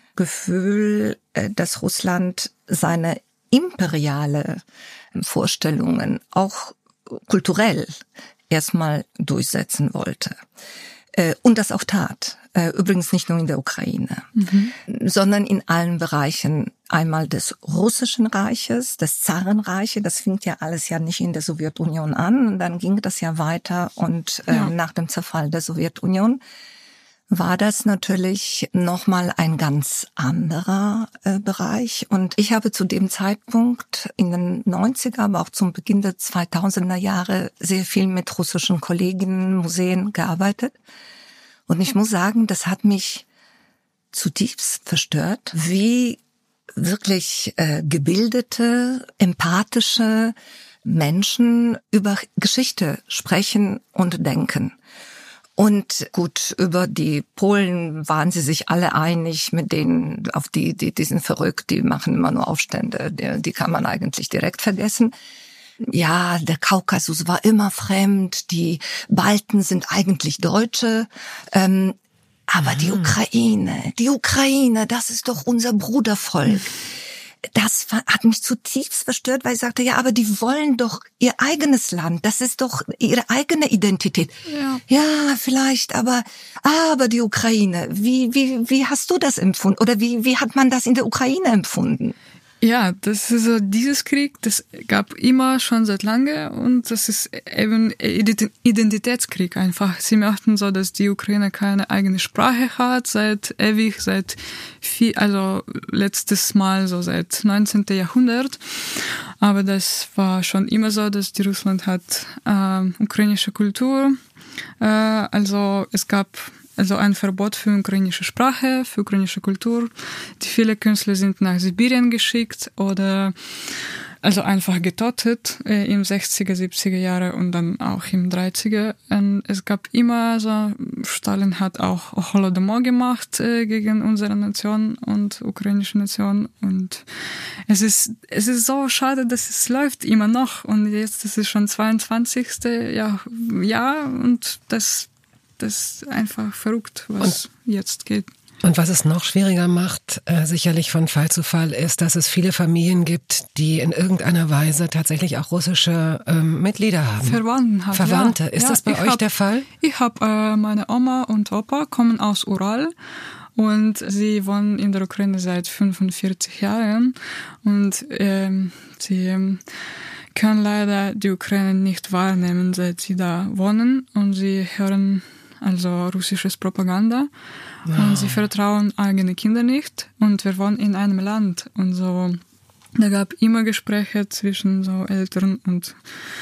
Gefühl, äh, dass Russland seine imperiale Vorstellungen auch kulturell erstmal durchsetzen wollte. Äh, und das auch tat. Übrigens nicht nur in der Ukraine, mhm. sondern in allen Bereichen. Einmal des russischen Reiches, des Zarenreiches. Das fing ja alles ja nicht in der Sowjetunion an. Und dann ging das ja weiter. Und ja. äh, nach dem Zerfall der Sowjetunion war das natürlich nochmal ein ganz anderer äh, Bereich. Und ich habe zu dem Zeitpunkt in den neunziger, aber auch zum Beginn der zweitausender Jahre sehr viel mit russischen Kolleginnen, Museen gearbeitet. Und ich muss sagen, das hat mich zutiefst verstört, wie wirklich äh, gebildete, empathische Menschen über Geschichte sprechen und denken. Und gut, über die Polen waren sie sich alle einig, mit denen, auf die, die, die sind verrückt, die machen immer nur Aufstände, die, die kann man eigentlich direkt vergessen. Ja, der Kaukasus war immer fremd, die Balten sind eigentlich Deutsche, ähm, aber die Ukraine, die Ukraine, das ist doch unser Brudervolk. Das hat mich zutiefst verstört, weil ich sagte, ja, aber die wollen doch ihr eigenes Land, das ist doch ihre eigene Identität. Ja, ja vielleicht, aber aber die Ukraine, wie wie wie hast du das empfunden oder wie wie hat man das in der Ukraine empfunden? Ja, das ist so, dieses Krieg, das gab immer schon seit lange und das ist eben Identitätskrieg einfach. Sie möchten so, dass die Ukraine keine eigene Sprache hat, seit ewig, seit viel, also letztes Mal so seit neunzehnten Jahrhundert. Aber das war schon immer so, dass die Russland hat äh, ukrainische Kultur. Äh, also es gab Also ein Verbot für ukrainische Sprache, für ukrainische Kultur. Die viele Künstler sind nach Sibirien geschickt oder also einfach getötet äh, im sechziger, siebziger Jahre und dann auch im dreißiger. Und es gab immer so, Stalin hat auch Holodomor gemacht äh, gegen unsere Nation und ukrainische Nation. Und es ist es ist so schade, dass es läuft immer noch. Und jetzt das ist schon zweiundzwanzigste Jahr, Jahr und das Das ist einfach verrückt, was und, jetzt geht. Und was es noch schwieriger macht, äh, sicherlich von Fall zu Fall, ist, dass es viele Familien gibt, die in irgendeiner Weise tatsächlich auch russische ähm, Mitglieder haben. Verwandten haben. Verwandte. Ja. Ist ja, das bei euch hab, der Fall? Ich habe äh, meine Oma und Opa kommen aus Ural und sie wohnen in der Ukraine seit fünfundvierzig Jahren und ähm, sie ähm, können leider die Ukraine nicht wahrnehmen, seit sie da wohnen und sie hören also russisches Propaganda. Wow. Und sie vertrauen eigene Kinder nicht. Und wir wohnen in einem Land. Und so, da gab immer Gespräche zwischen so Eltern und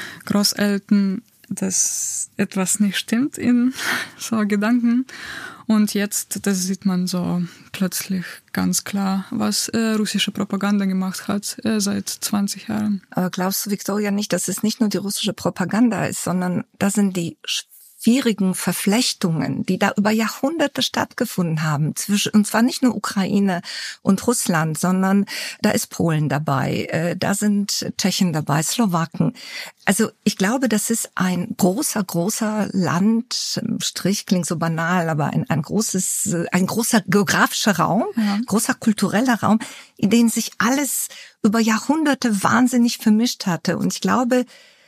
Großeltern, dass etwas nicht stimmt in so Gedanken. Und jetzt, das sieht man so plötzlich ganz klar, was äh, russische Propaganda gemacht hat äh, seit zwanzig Jahren. Aber glaubst du, Viktoria, nicht, dass es nicht nur die russische Propaganda ist, sondern das sind die schwierigen Verflechtungen, die da über Jahrhunderte stattgefunden haben, zwischen, und zwar nicht nur Ukraine und Russland, sondern da ist Polen dabei, da sind Tschechen dabei, Slowaken. Also ich glaube, das ist ein großer, großer Landstrich, klingt so banal, aber ein, ein großes, ein großer geografischer Raum, ja. großer kultureller Raum, in dem sich alles über Jahrhunderte wahnsinnig vermischt hatte. Und ich glaube,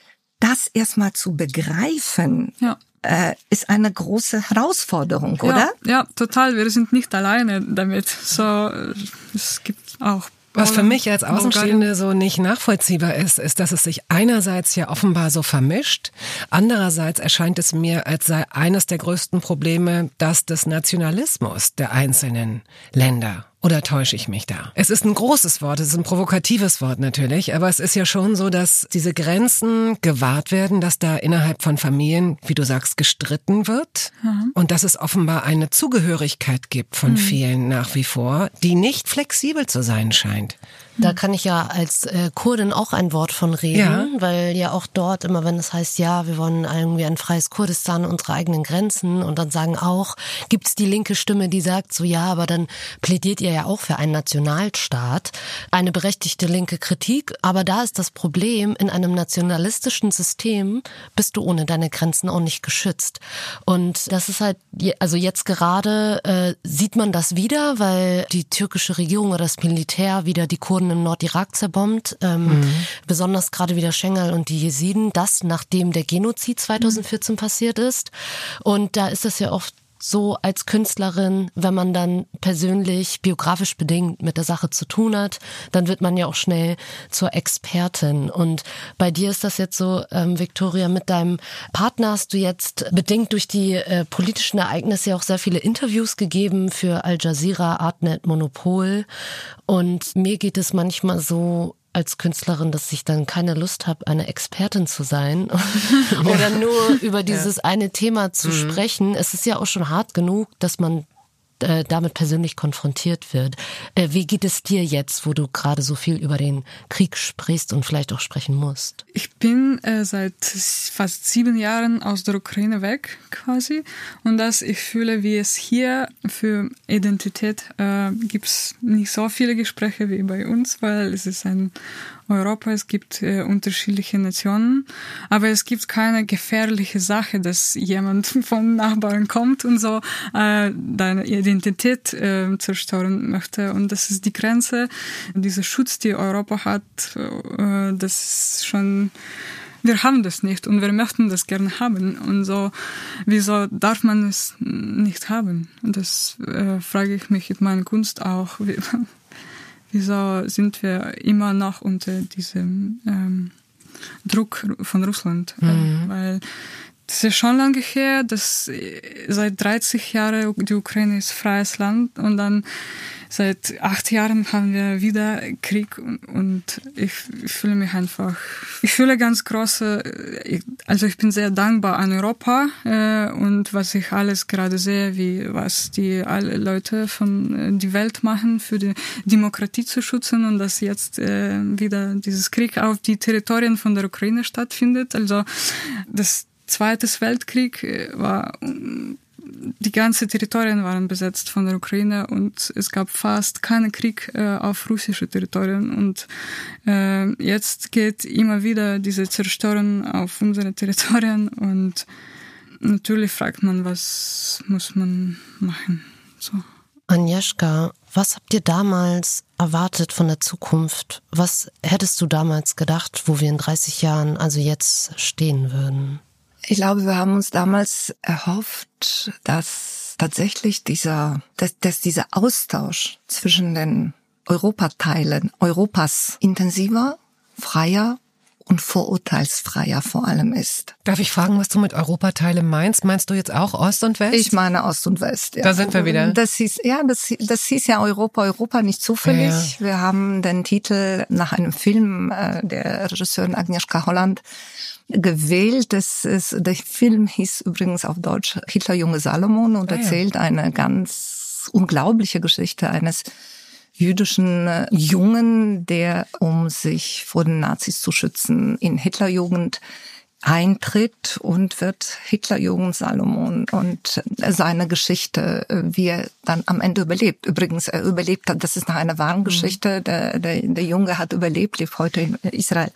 das erstmal zu begreifen, ja. äh, ist eine große Herausforderung, oder? Ja, ja, total. Wir sind nicht alleine damit. So, es gibt auch Was für mich als Außenstehende so nicht nachvollziehbar ist, ist, dass es sich einerseits ja offenbar so vermischt, andererseits erscheint es mir, als sei eines der größten Probleme das des Nationalismus der einzelnen Länder. Oder täusche ich mich da? Es ist ein großes Wort, es ist ein provokatives Wort natürlich, aber es ist ja schon so, dass diese Grenzen gewahrt werden, dass da innerhalb von Familien, wie du sagst, gestritten wird mhm. und dass es offenbar eine Zugehörigkeit gibt von mhm. vielen nach wie vor, die nicht flexibel zu sein scheint. Da kann ich ja als äh, Kurdin auch ein Wort von reden, ja. weil ja auch dort immer, wenn es heißt, ja, wir wollen irgendwie ein freies Kurdistan, unsere eigenen Grenzen und dann sagen auch, gibt's die linke Stimme, die sagt so, ja, aber dann plädiert ihr ja auch für einen Nationalstaat. Eine berechtigte linke Kritik, aber da ist das Problem, in einem nationalistischen System bist du ohne deine Grenzen auch nicht geschützt. Und das ist halt, also jetzt gerade äh, sieht man das wieder, weil die türkische Regierung oder das Militär wieder die Kurden im Nordirak zerbombt, ähm, mhm. besonders gerade wieder Schengal und die Jesiden, das nachdem der Genozid zweitausendvierzehn mhm. passiert ist. Und da ist es ja oft so als Künstlerin, wenn man dann persönlich, biografisch bedingt mit der Sache zu tun hat, dann wird man ja auch schnell zur Expertin. Und bei dir ist das jetzt so, ähm, Viktoria, mit deinem Partner hast du jetzt bedingt durch die äh, politischen Ereignisse ja auch sehr viele Interviews gegeben für Al Jazeera, Artnet, Monopol. Und mir geht es manchmal so als Künstlerin, dass ich dann keine Lust habe, eine Expertin zu sein oder nur über dieses ja. eine Thema zu mhm. sprechen. Es ist ja auch schon hart genug, dass man äh, damit persönlich konfrontiert wird. Äh, wie geht es dir jetzt, wo du gerade so viel über den Krieg sprichst und vielleicht auch sprechen musst? Ich bin äh, seit fast sieben Jahren aus der Ukraine weg, quasi. Und dass ich fühle, wie es hier für Identität äh, gibt es nicht so viele Gespräche wie bei uns, weil es ist ein Europa, es gibt äh, unterschiedliche Nationen, aber es gibt keine gefährliche Sache, dass jemand von Nachbarn kommt und so äh, deine Identität äh, zerstören möchte. Und das ist die Grenze, dieser Schutz, die Europa hat, äh, das ist schon, wir haben das nicht und wir möchten das gerne haben. Und so, wieso darf man es nicht haben? Und das äh, frage ich mich mit meiner Kunst auch. Wie, Wieso sind wir immer noch unter diesem ähm, Druck von Russland? Mhm. Weil das ist schon lange her, dass seit dreißig Jahren die Ukraine ist freies Land und dann seit acht Jahren haben wir wieder Krieg und, und ich, ich fühle mich einfach, ich fühle ganz große, also ich bin sehr dankbar an Europa äh, und was ich alles gerade sehe, wie was die alle Leute von äh, die Welt machen, für die Demokratie zu schützen und dass jetzt äh, wieder dieses Krieg auf die Territorien von der Ukraine stattfindet. Also das Zweite Weltkrieg war, die ganzen Territorien waren besetzt von der Ukraine und es gab fast keinen Krieg äh, auf russische Territorien und äh, jetzt geht immer wieder diese Zerstörung auf unsere Territorien und natürlich fragt man, was muss man machen. So. Agnieszka, was habt ihr damals erwartet von der Zukunft? Was hättest du damals gedacht, wo wir in dreißig Jahren, also jetzt, stehen würden? Ich glaube, wir haben uns damals erhofft, dass tatsächlich dieser, dass, dass dieser Austausch zwischen den Europateilen Europas intensiver, freier und vorurteilsfreier vor allem ist. Darf ich fragen, was du mit Europateile meinst? Meinst du jetzt auch Ost und West? Ich meine Ost und West, ja. Da sind wir wieder. Das hieß, ja, das, das hieß ja Europa, Europa nicht zufällig. Ja. Wir haben den Titel nach einem Film äh, der Regisseurin Agnieszka Holland gewählt. Das ist, der Film hieß übrigens auf Deutsch Hitler, junge Salomon und ah, erzählt ja. eine ganz unglaubliche Geschichte eines jüdischen Jungen, der, um sich vor den Nazis zu schützen, in Hitlerjugend eintritt und wird Hitlerjugend Salomon und seine Geschichte, wie er dann am Ende überlebt. Übrigens, er überlebt hat, das ist nach einer wahren Geschichte, der, der, der Junge hat überlebt, lebt heute in Israel.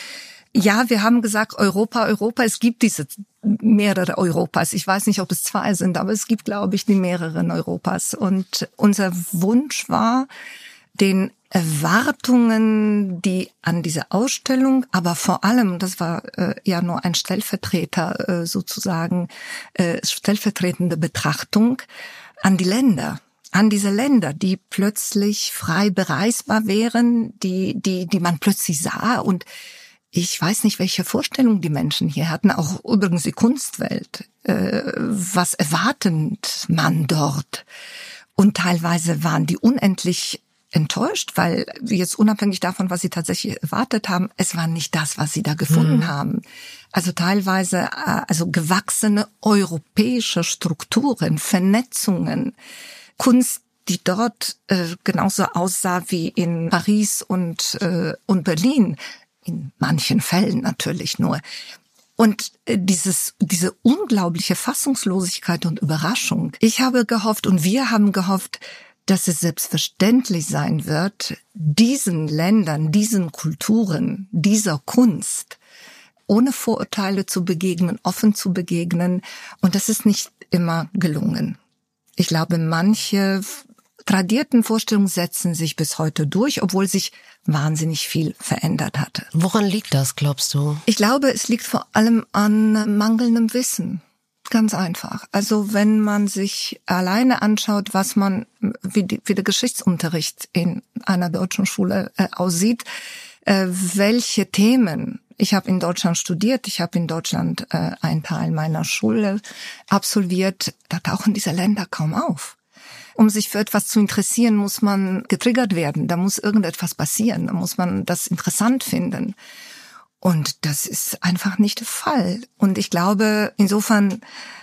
Ja, wir haben gesagt, Europa, Europa, es gibt diese mehrere Europas. Ich weiß nicht, ob es zwei sind, aber es gibt, glaube ich, die mehreren Europas. Und unser Wunsch war, den Erwartungen, die an dieser Ausstellung, aber vor allem, das war äh, ja nur ein Stellvertreter, äh, sozusagen äh, stellvertretende Betrachtung an die Länder, an diese Länder, die plötzlich frei bereisbar wären, die die die man plötzlich sah. Und ich weiß nicht, welche Vorstellung die Menschen hier hatten, auch übrigens die Kunstwelt. Äh, was erwartet man dort? Und teilweise waren die unendlich enttäuscht, weil jetzt unabhängig davon, was sie tatsächlich erwartet haben, es war nicht das, was sie da gefunden mhm. haben. Also teilweise also gewachsene europäische Strukturen, Vernetzungen, Kunst, die dort äh, genauso aussah wie in Paris und äh, und Berlin, in manchen Fällen natürlich nur. Und äh, dieses diese unglaubliche Fassungslosigkeit und Überraschung. Ich habe gehofft und wir haben gehofft, dass es selbstverständlich sein wird, diesen Ländern, diesen Kulturen, dieser Kunst ohne Vorurteile zu begegnen, offen zu begegnen. Und das ist nicht immer gelungen. Ich glaube, manche tradierten Vorstellungen setzen sich bis heute durch, obwohl sich wahnsinnig viel verändert hatte. Woran liegt das, glaubst du? Ich glaube, es liegt vor allem an mangelndem Wissen. Ganz einfach. Also wenn man sich alleine anschaut, was man, wie, die, wie der Geschichtsunterricht in einer deutschen Schule äh, aussieht, äh, welche Themen, ich habe in Deutschland studiert, ich habe in Deutschland äh, einen Teil meiner Schule absolviert, da tauchen diese Länder kaum auf. Um sich für etwas zu interessieren, muss man getriggert werden, da muss irgendetwas passieren, da muss man das interessant finden. Und das ist einfach nicht der Fall. Und ich glaube, insofern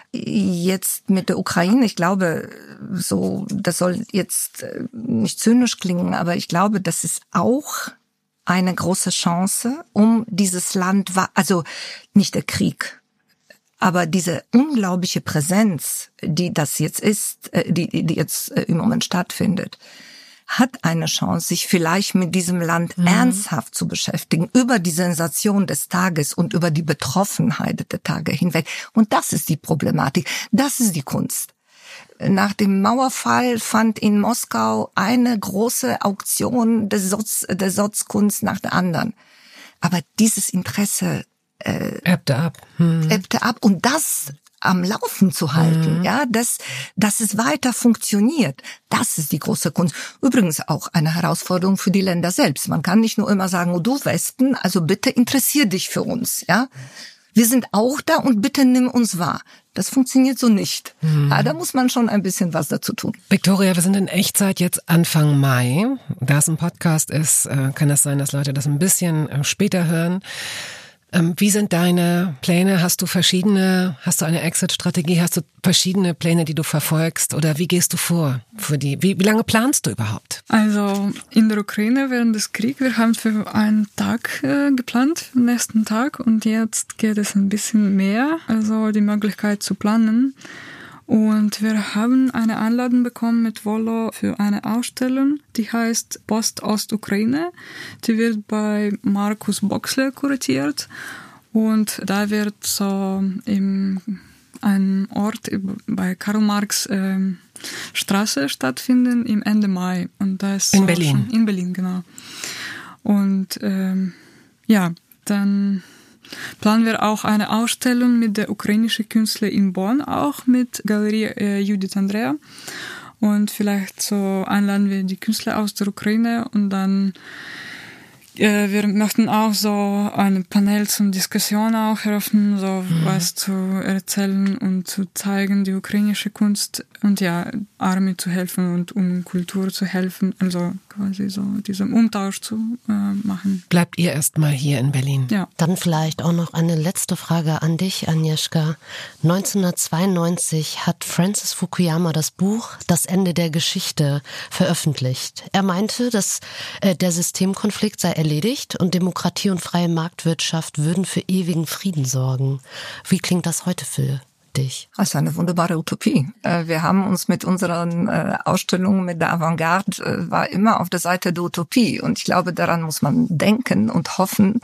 jetzt mit der Ukraine, ich glaube, so, das soll jetzt nicht zynisch klingen, aber ich glaube, das ist auch eine große Chance, um dieses Land, also nicht der Krieg, aber diese unglaubliche Präsenz, die das jetzt ist, die, die jetzt im Moment stattfindet, hat eine Chance, sich vielleicht mit diesem Land mhm. ernsthaft zu beschäftigen, über die Sensation des Tages und über die Betroffenheit der Tage hinweg. Und das ist die Problematik, das ist die Kunst. Nach dem Mauerfall fand in Moskau eine große Auktion der, Soz, der Sozkunst nach der anderen. Aber dieses Interesse äh, ebbte ab. Hm. ebbte ab. Und das am Laufen zu halten, mhm. ja, dass, dass es weiter funktioniert. Das ist die große Kunst. Übrigens auch eine Herausforderung für die Länder selbst. Man kann nicht nur immer sagen, oh, du Westen, also bitte interessier dich für uns, ja. Wir sind auch da und bitte nimm uns wahr. Das funktioniert so nicht. Mhm. Ja, da muss man schon ein bisschen was dazu tun. Viktoria, wir sind in Echtzeit jetzt Anfang Mai. Da es ein Podcast ist, kann es sein, dass Leute das ein bisschen später hören. Wie sind deine Pläne? Hast du verschiedene, hast du eine Exit-Strategie? Hast du verschiedene Pläne, die du verfolgst? Oder wie gehst du vor für die? Wie, wie lange planst du überhaupt? Also in der Ukraine während des Krieges, wir haben für einen Tag äh, geplant, den nächsten Tag. Und jetzt geht es ein bisschen mehr, also die Möglichkeit zu planen. Und wir haben eine Einladung bekommen mit Volo für eine Ausstellung, die heißt Post-Ost-Ukraine. Die wird bei Markus Boxler kuratiert und da wird so in einem Ort bei Karl Marx äh, Straße stattfinden im Ende Mai. Und da ist in so Berlin? Schon, in Berlin, genau. Und ähm, ja, dann planen wir auch eine Ausstellung mit der ukrainischen Künstler in Bonn, auch mit Galerie äh, Judith Andrea. Und vielleicht so einladen wir die Künstler aus der Ukraine und dann äh, wir möchten auch so ein Panel zum Diskussion auch eröffnen, so mhm. was zu erzählen und zu zeigen, die ukrainische Kunst und ja, Armee zu helfen und um Kultur zu helfen, also quasi so diesen Umtausch zu äh, machen. Bleibt ihr erstmal hier in Berlin? Ja. Dann vielleicht auch noch eine letzte Frage an dich, Agnieszka. neunzehnhundertzweiundneunzig hat Francis Fukuyama das Buch Das Ende der Geschichte veröffentlicht. Er meinte, dass äh, der Systemkonflikt sei erledigt und Demokratie und freie Marktwirtschaft würden für ewigen Frieden sorgen. Wie klingt das heute für dich? Das ist eine wunderbare Utopie. Wir haben uns mit unseren Ausstellungen, mit der Avantgarde, war immer auf der Seite der Utopie. Und ich glaube, daran muss man denken und hoffen.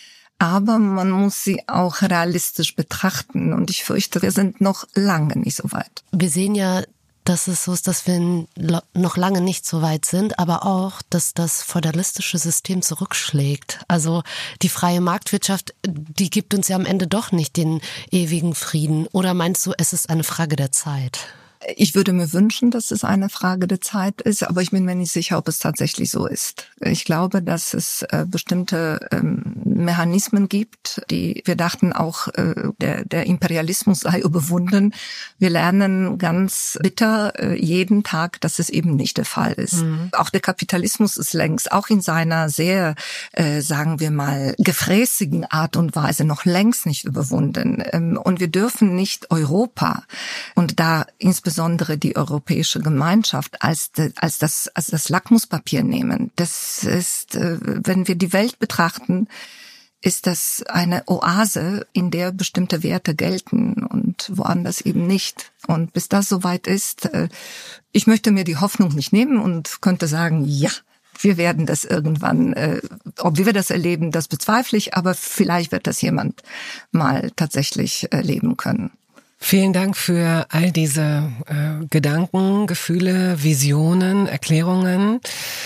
Aber man muss sie auch realistisch betrachten. Und ich fürchte, wir sind noch lange nicht so weit. Wir sehen ja, dass es so ist, dass wir noch lange nicht so weit sind, aber auch, dass das feudalistische System zurückschlägt. Also die freie Marktwirtschaft, die gibt uns ja am Ende doch nicht den ewigen Frieden. Oder meinst du, es ist eine Frage der Zeit? Ich würde mir wünschen, dass es eine Frage der Zeit ist, aber ich bin mir nicht sicher, ob es tatsächlich so ist. Ich glaube, dass es äh, bestimmte ähm, Mechanismen gibt, die wir dachten auch, äh, der, der Imperialismus sei überwunden. Wir lernen ganz bitter äh, jeden Tag, dass es eben nicht der Fall ist. Mhm. Auch der Kapitalismus ist längst, auch in seiner sehr, äh, sagen wir mal, gefräßigen Art und Weise noch längst nicht überwunden. Ähm, und wir dürfen nicht Europa und da insbesondere Insbesondere die Europäische Gemeinschaft als, de, als, das, als das Lackmuspapier nehmen. Das ist, wenn wir die Welt betrachten, ist das eine Oase, in der bestimmte Werte gelten und woanders eben nicht. Und bis das soweit ist, ich möchte mir die Hoffnung nicht nehmen und könnte sagen, ja, wir werden das irgendwann, äh, ob wir das erleben, das bezweifle ich, aber vielleicht wird das jemand mal tatsächlich erleben können. Vielen Dank für all diese äh, Gedanken, Gefühle, Visionen, Erklärungen.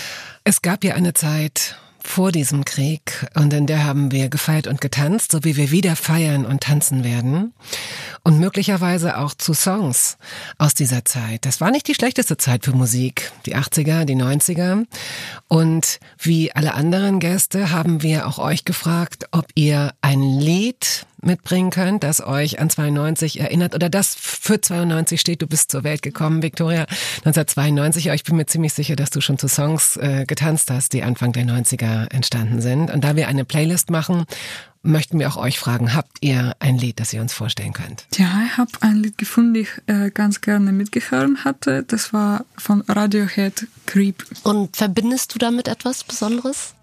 Es gab ja eine Zeit vor diesem Krieg und in der haben wir gefeiert und getanzt, so wie wir wieder feiern und tanzen werden. Und möglicherweise auch zu Songs aus dieser Zeit. Das war nicht die schlechteste Zeit für Musik, die achtziger, die neunziger. Und wie alle anderen Gäste haben wir auch euch gefragt, ob ihr ein Lied mitbringen könnt, das euch an zweiundneunzig erinnert oder das für zweiundneunzig steht. Du bist zur Welt gekommen, Viktoria, neunzehnhundertzweiundneunzig. Aber ich bin mir ziemlich sicher, dass du schon zu Songs äh, getanzt hast, die Anfang der neunziger entstanden sind. Und da wir eine Playlist machen, möchten wir auch euch fragen, habt ihr ein Lied, das ihr uns vorstellen könnt? Ja, ich habe ein Lied gefunden, das ich äh, ganz gerne mitgehört hatte. Das war von Radiohead, Creep. Und verbindest du damit etwas Besonderes?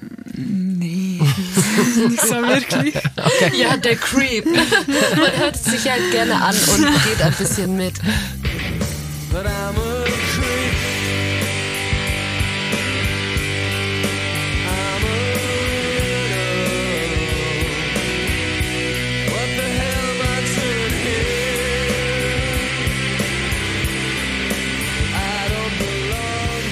Nee, nicht so wirklich. Okay. Ja, der Creep. Man hört es sich halt gerne an und geht ein bisschen mit. But I'm a creep. I'm a widow. What the hell am I doing here? I don't belong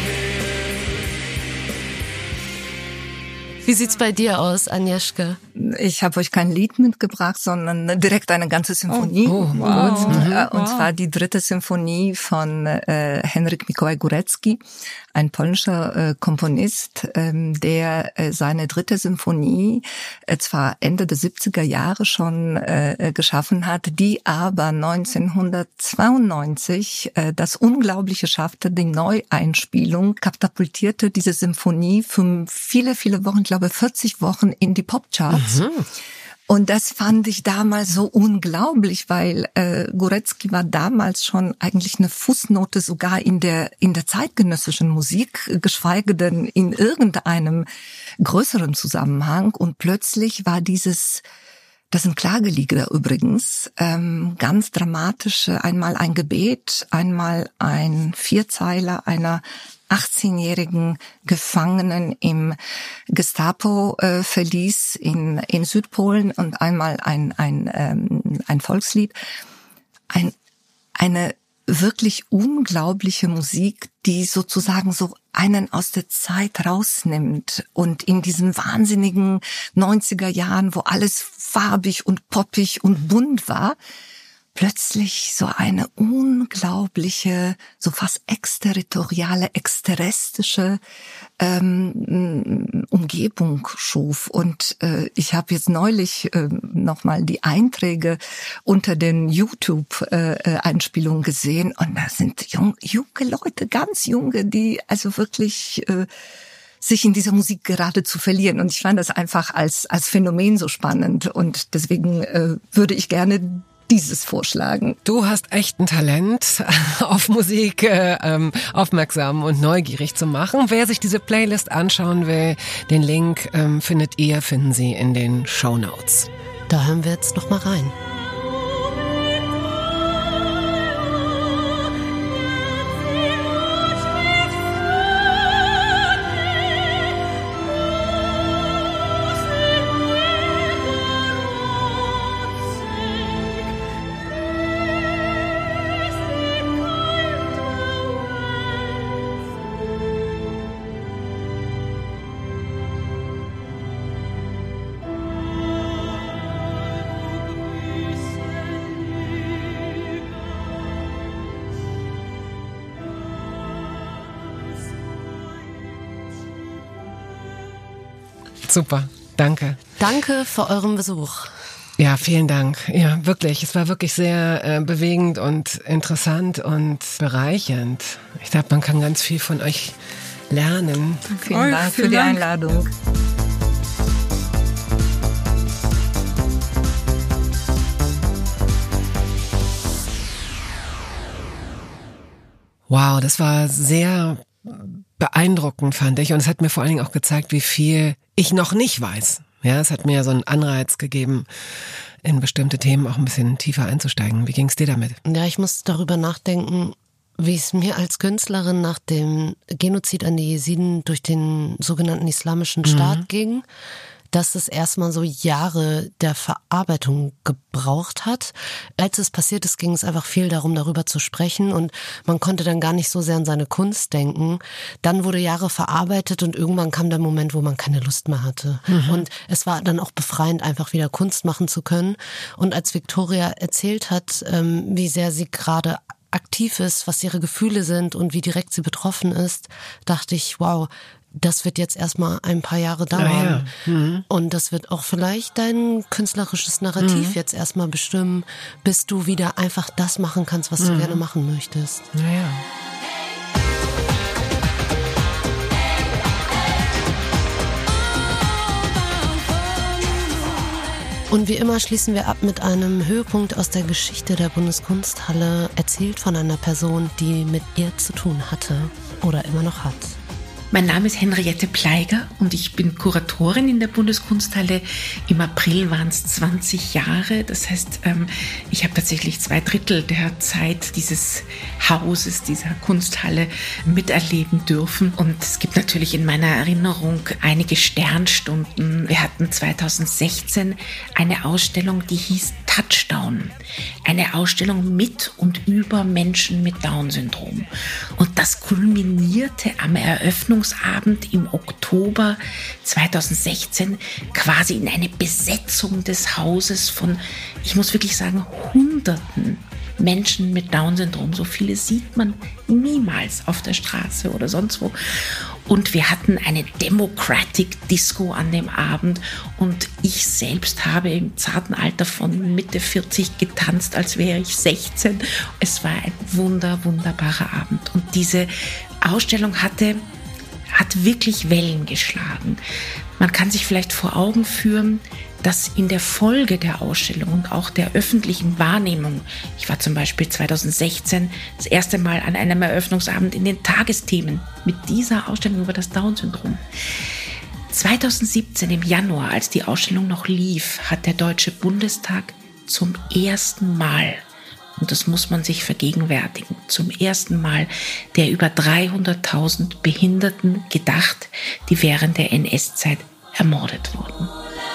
here. Wie sieht's bei dir aus, Agnieszka? Ich habe euch kein Lied mitgebracht, sondern direkt eine ganze Symphonie. Oh, oh, wow. Und, äh, und wow. zwar die dritte Symphonie von äh, Henryk Mikołaj Górecki, ein polnischer äh, Komponist, ähm, der äh, seine dritte Symphonie äh, zwar Ende der siebziger Jahre schon äh, geschaffen hat, die aber neunzehnhundertzweiundneunzig äh, das Unglaubliche schaffte, die Neueinspielung, katapultierte diese Symphonie für viele, viele Wochen, ich glaube vierzig Wochen in die Popcharts. Mhm. Und das fand ich damals so unglaublich, weil äh, Górecki war damals schon eigentlich eine Fußnote sogar in der in der zeitgenössischen Musik, geschweige denn in irgendeinem größeren Zusammenhang. Und plötzlich war dieses, das sind Klagelieder übrigens, ähm, ganz dramatische, einmal ein Gebet, einmal ein Vierzeiler einer achtzehnjährigen Gefangenen im Gestapo-Verlies äh, in, in Südpolen und einmal ein, ein, ähm, ein Volkslied. Ein, eine wirklich unglaubliche Musik, die sozusagen so einen aus der Zeit rausnimmt und in diesen wahnsinnigen neunziger Jahren, wo alles farbig und poppig und bunt war, plötzlich so eine unglaubliche, so fast exterritoriale, exterrestische ähm, Umgebung schuf. Und äh, ich habe jetzt neulich äh, nochmal die Einträge unter den YouTube-Einspielungen äh, gesehen und da sind jung, junge Leute, ganz junge, die also wirklich äh, sich in dieser Musik gerade zu verlieren. Und ich fand das einfach als als Phänomen so spannend und deswegen äh, würde ich gerne dieses vorschlagen. Du hast echt ein Talent, auf Musik äh, ähm, aufmerksam und neugierig zu machen. Wer sich diese Playlist anschauen will, den Link ähm, findet ihr, finden Sie in den Shownotes. Da hören wir jetzt noch mal rein. Super, danke. Danke für euren Besuch. Ja, vielen Dank. Ja, wirklich. Es war wirklich sehr äh, bewegend und interessant und bereichernd. Ich glaube, man kann ganz viel von euch lernen. Vielen oh, Dank vielen für die Dank. Einladung. Wow, das war sehr beeindruckend, fand ich. Und es hat mir vor allen Dingen auch gezeigt, wie viel ich noch nicht weiß. Ja, es hat mir so einen Anreiz gegeben, in bestimmte Themen auch ein bisschen tiefer einzusteigen. Wie ging es dir damit? Ja, ich muss darüber nachdenken, wie es mir als Künstlerin nach dem Genozid an die Jesiden durch den sogenannten Islamischen Staat mhm. ging, dass es erstmal so Jahre der Verarbeitung gebraucht hat. Als es passiert ist, ging es einfach viel darum, darüber zu sprechen und man konnte dann gar nicht so sehr an seine Kunst denken. Dann wurde Jahre verarbeitet und irgendwann kam der Moment, wo man keine Lust mehr hatte. Mhm. Und es war dann auch befreiend, einfach wieder Kunst machen zu können. Und als Viktoria erzählt hat, wie sehr sie gerade aktiv ist, was ihre Gefühle sind und wie direkt sie betroffen ist, dachte ich, wow, das wird jetzt erstmal ein paar Jahre dauern. Ja, ja. Mhm. Und das wird auch vielleicht dein künstlerisches Narrativ mhm. jetzt erstmal bestimmen, bis du wieder einfach das machen kannst, was mhm. du gerne machen möchtest. Ja. Und wie immer schließen wir ab mit einem Höhepunkt aus der Geschichte der Bundeskunsthalle, erzählt von einer Person, die mit ihr zu tun hatte oder immer noch hat. Mein Name ist Henriette Pleiger und ich bin Kuratorin in der Bundeskunsthalle. Im April waren es zwanzig Jahre. Das heißt, ich habe tatsächlich zwei Drittel der Zeit dieses Hauses, dieser Kunsthalle miterleben dürfen. Und es gibt natürlich in meiner Erinnerung einige Sternstunden. Wir hatten zweitausendsechzehn eine Ausstellung, die hieß Touchdown. Eine Ausstellung mit und über Menschen mit Down-Syndrom. Und das kulminierte am Eröffnungsabend im Oktober zweitausendsechzehn quasi in eine Besetzung des Hauses von, ich muss wirklich sagen, Hunderten Menschen mit Down-Syndrom. So viele sieht man niemals auf der Straße oder sonst wo. Und wir hatten eine Democratic Disco an dem Abend und ich selbst habe im zarten Alter von Mitte vierzig getanzt, als wäre ich sechzehn. Es war ein wunder, wunderbarer Abend. Und diese Ausstellung hatte, hat wirklich Wellen geschlagen. Man kann sich vielleicht vor Augen führen, dass in der Folge der Ausstellung und auch der öffentlichen Wahrnehmung, ich war zum Beispiel zweitausendsechzehn das erste Mal an einem Eröffnungsabend in den Tagesthemen mit dieser Ausstellung über das Down-Syndrom. zweitausendsiebzehn im Januar, als die Ausstellung noch lief, hat der Deutsche Bundestag zum ersten Mal, und das muss man sich vergegenwärtigen, zum ersten Mal der über dreihunderttausend Behinderten gedacht, die während der N S-Zeit ermordet wurden.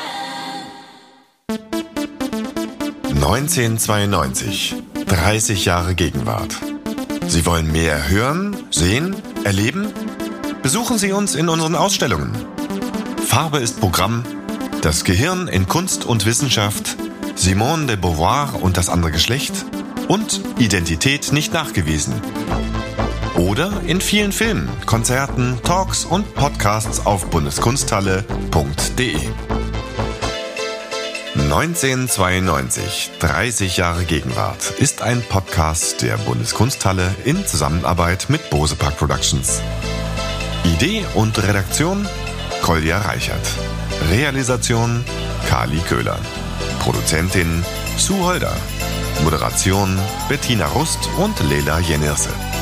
neunzehnhundertzweiundneunzig, dreißig Jahre Gegenwart. Sie wollen mehr hören, sehen, erleben? Besuchen Sie uns in unseren Ausstellungen. Farbe ist Programm, das Gehirn in Kunst und Wissenschaft, Simone de Beauvoir und das andere Geschlecht und Identität nicht nachgewiesen. Oder in vielen Filmen, Konzerten, Talks und Podcasts auf bundeskunsthalle punkt de. neunzehnhundertzweiundneunzig, dreißig Jahre Gegenwart ist ein Podcast der Bundeskunsthalle in Zusammenarbeit mit Bosepark Productions. Idee und Redaktion Kolja Reichert. Realisation Kali Köhler. Produzentin Sue Holder. Moderation Bettina Rust und Lela Jenirse.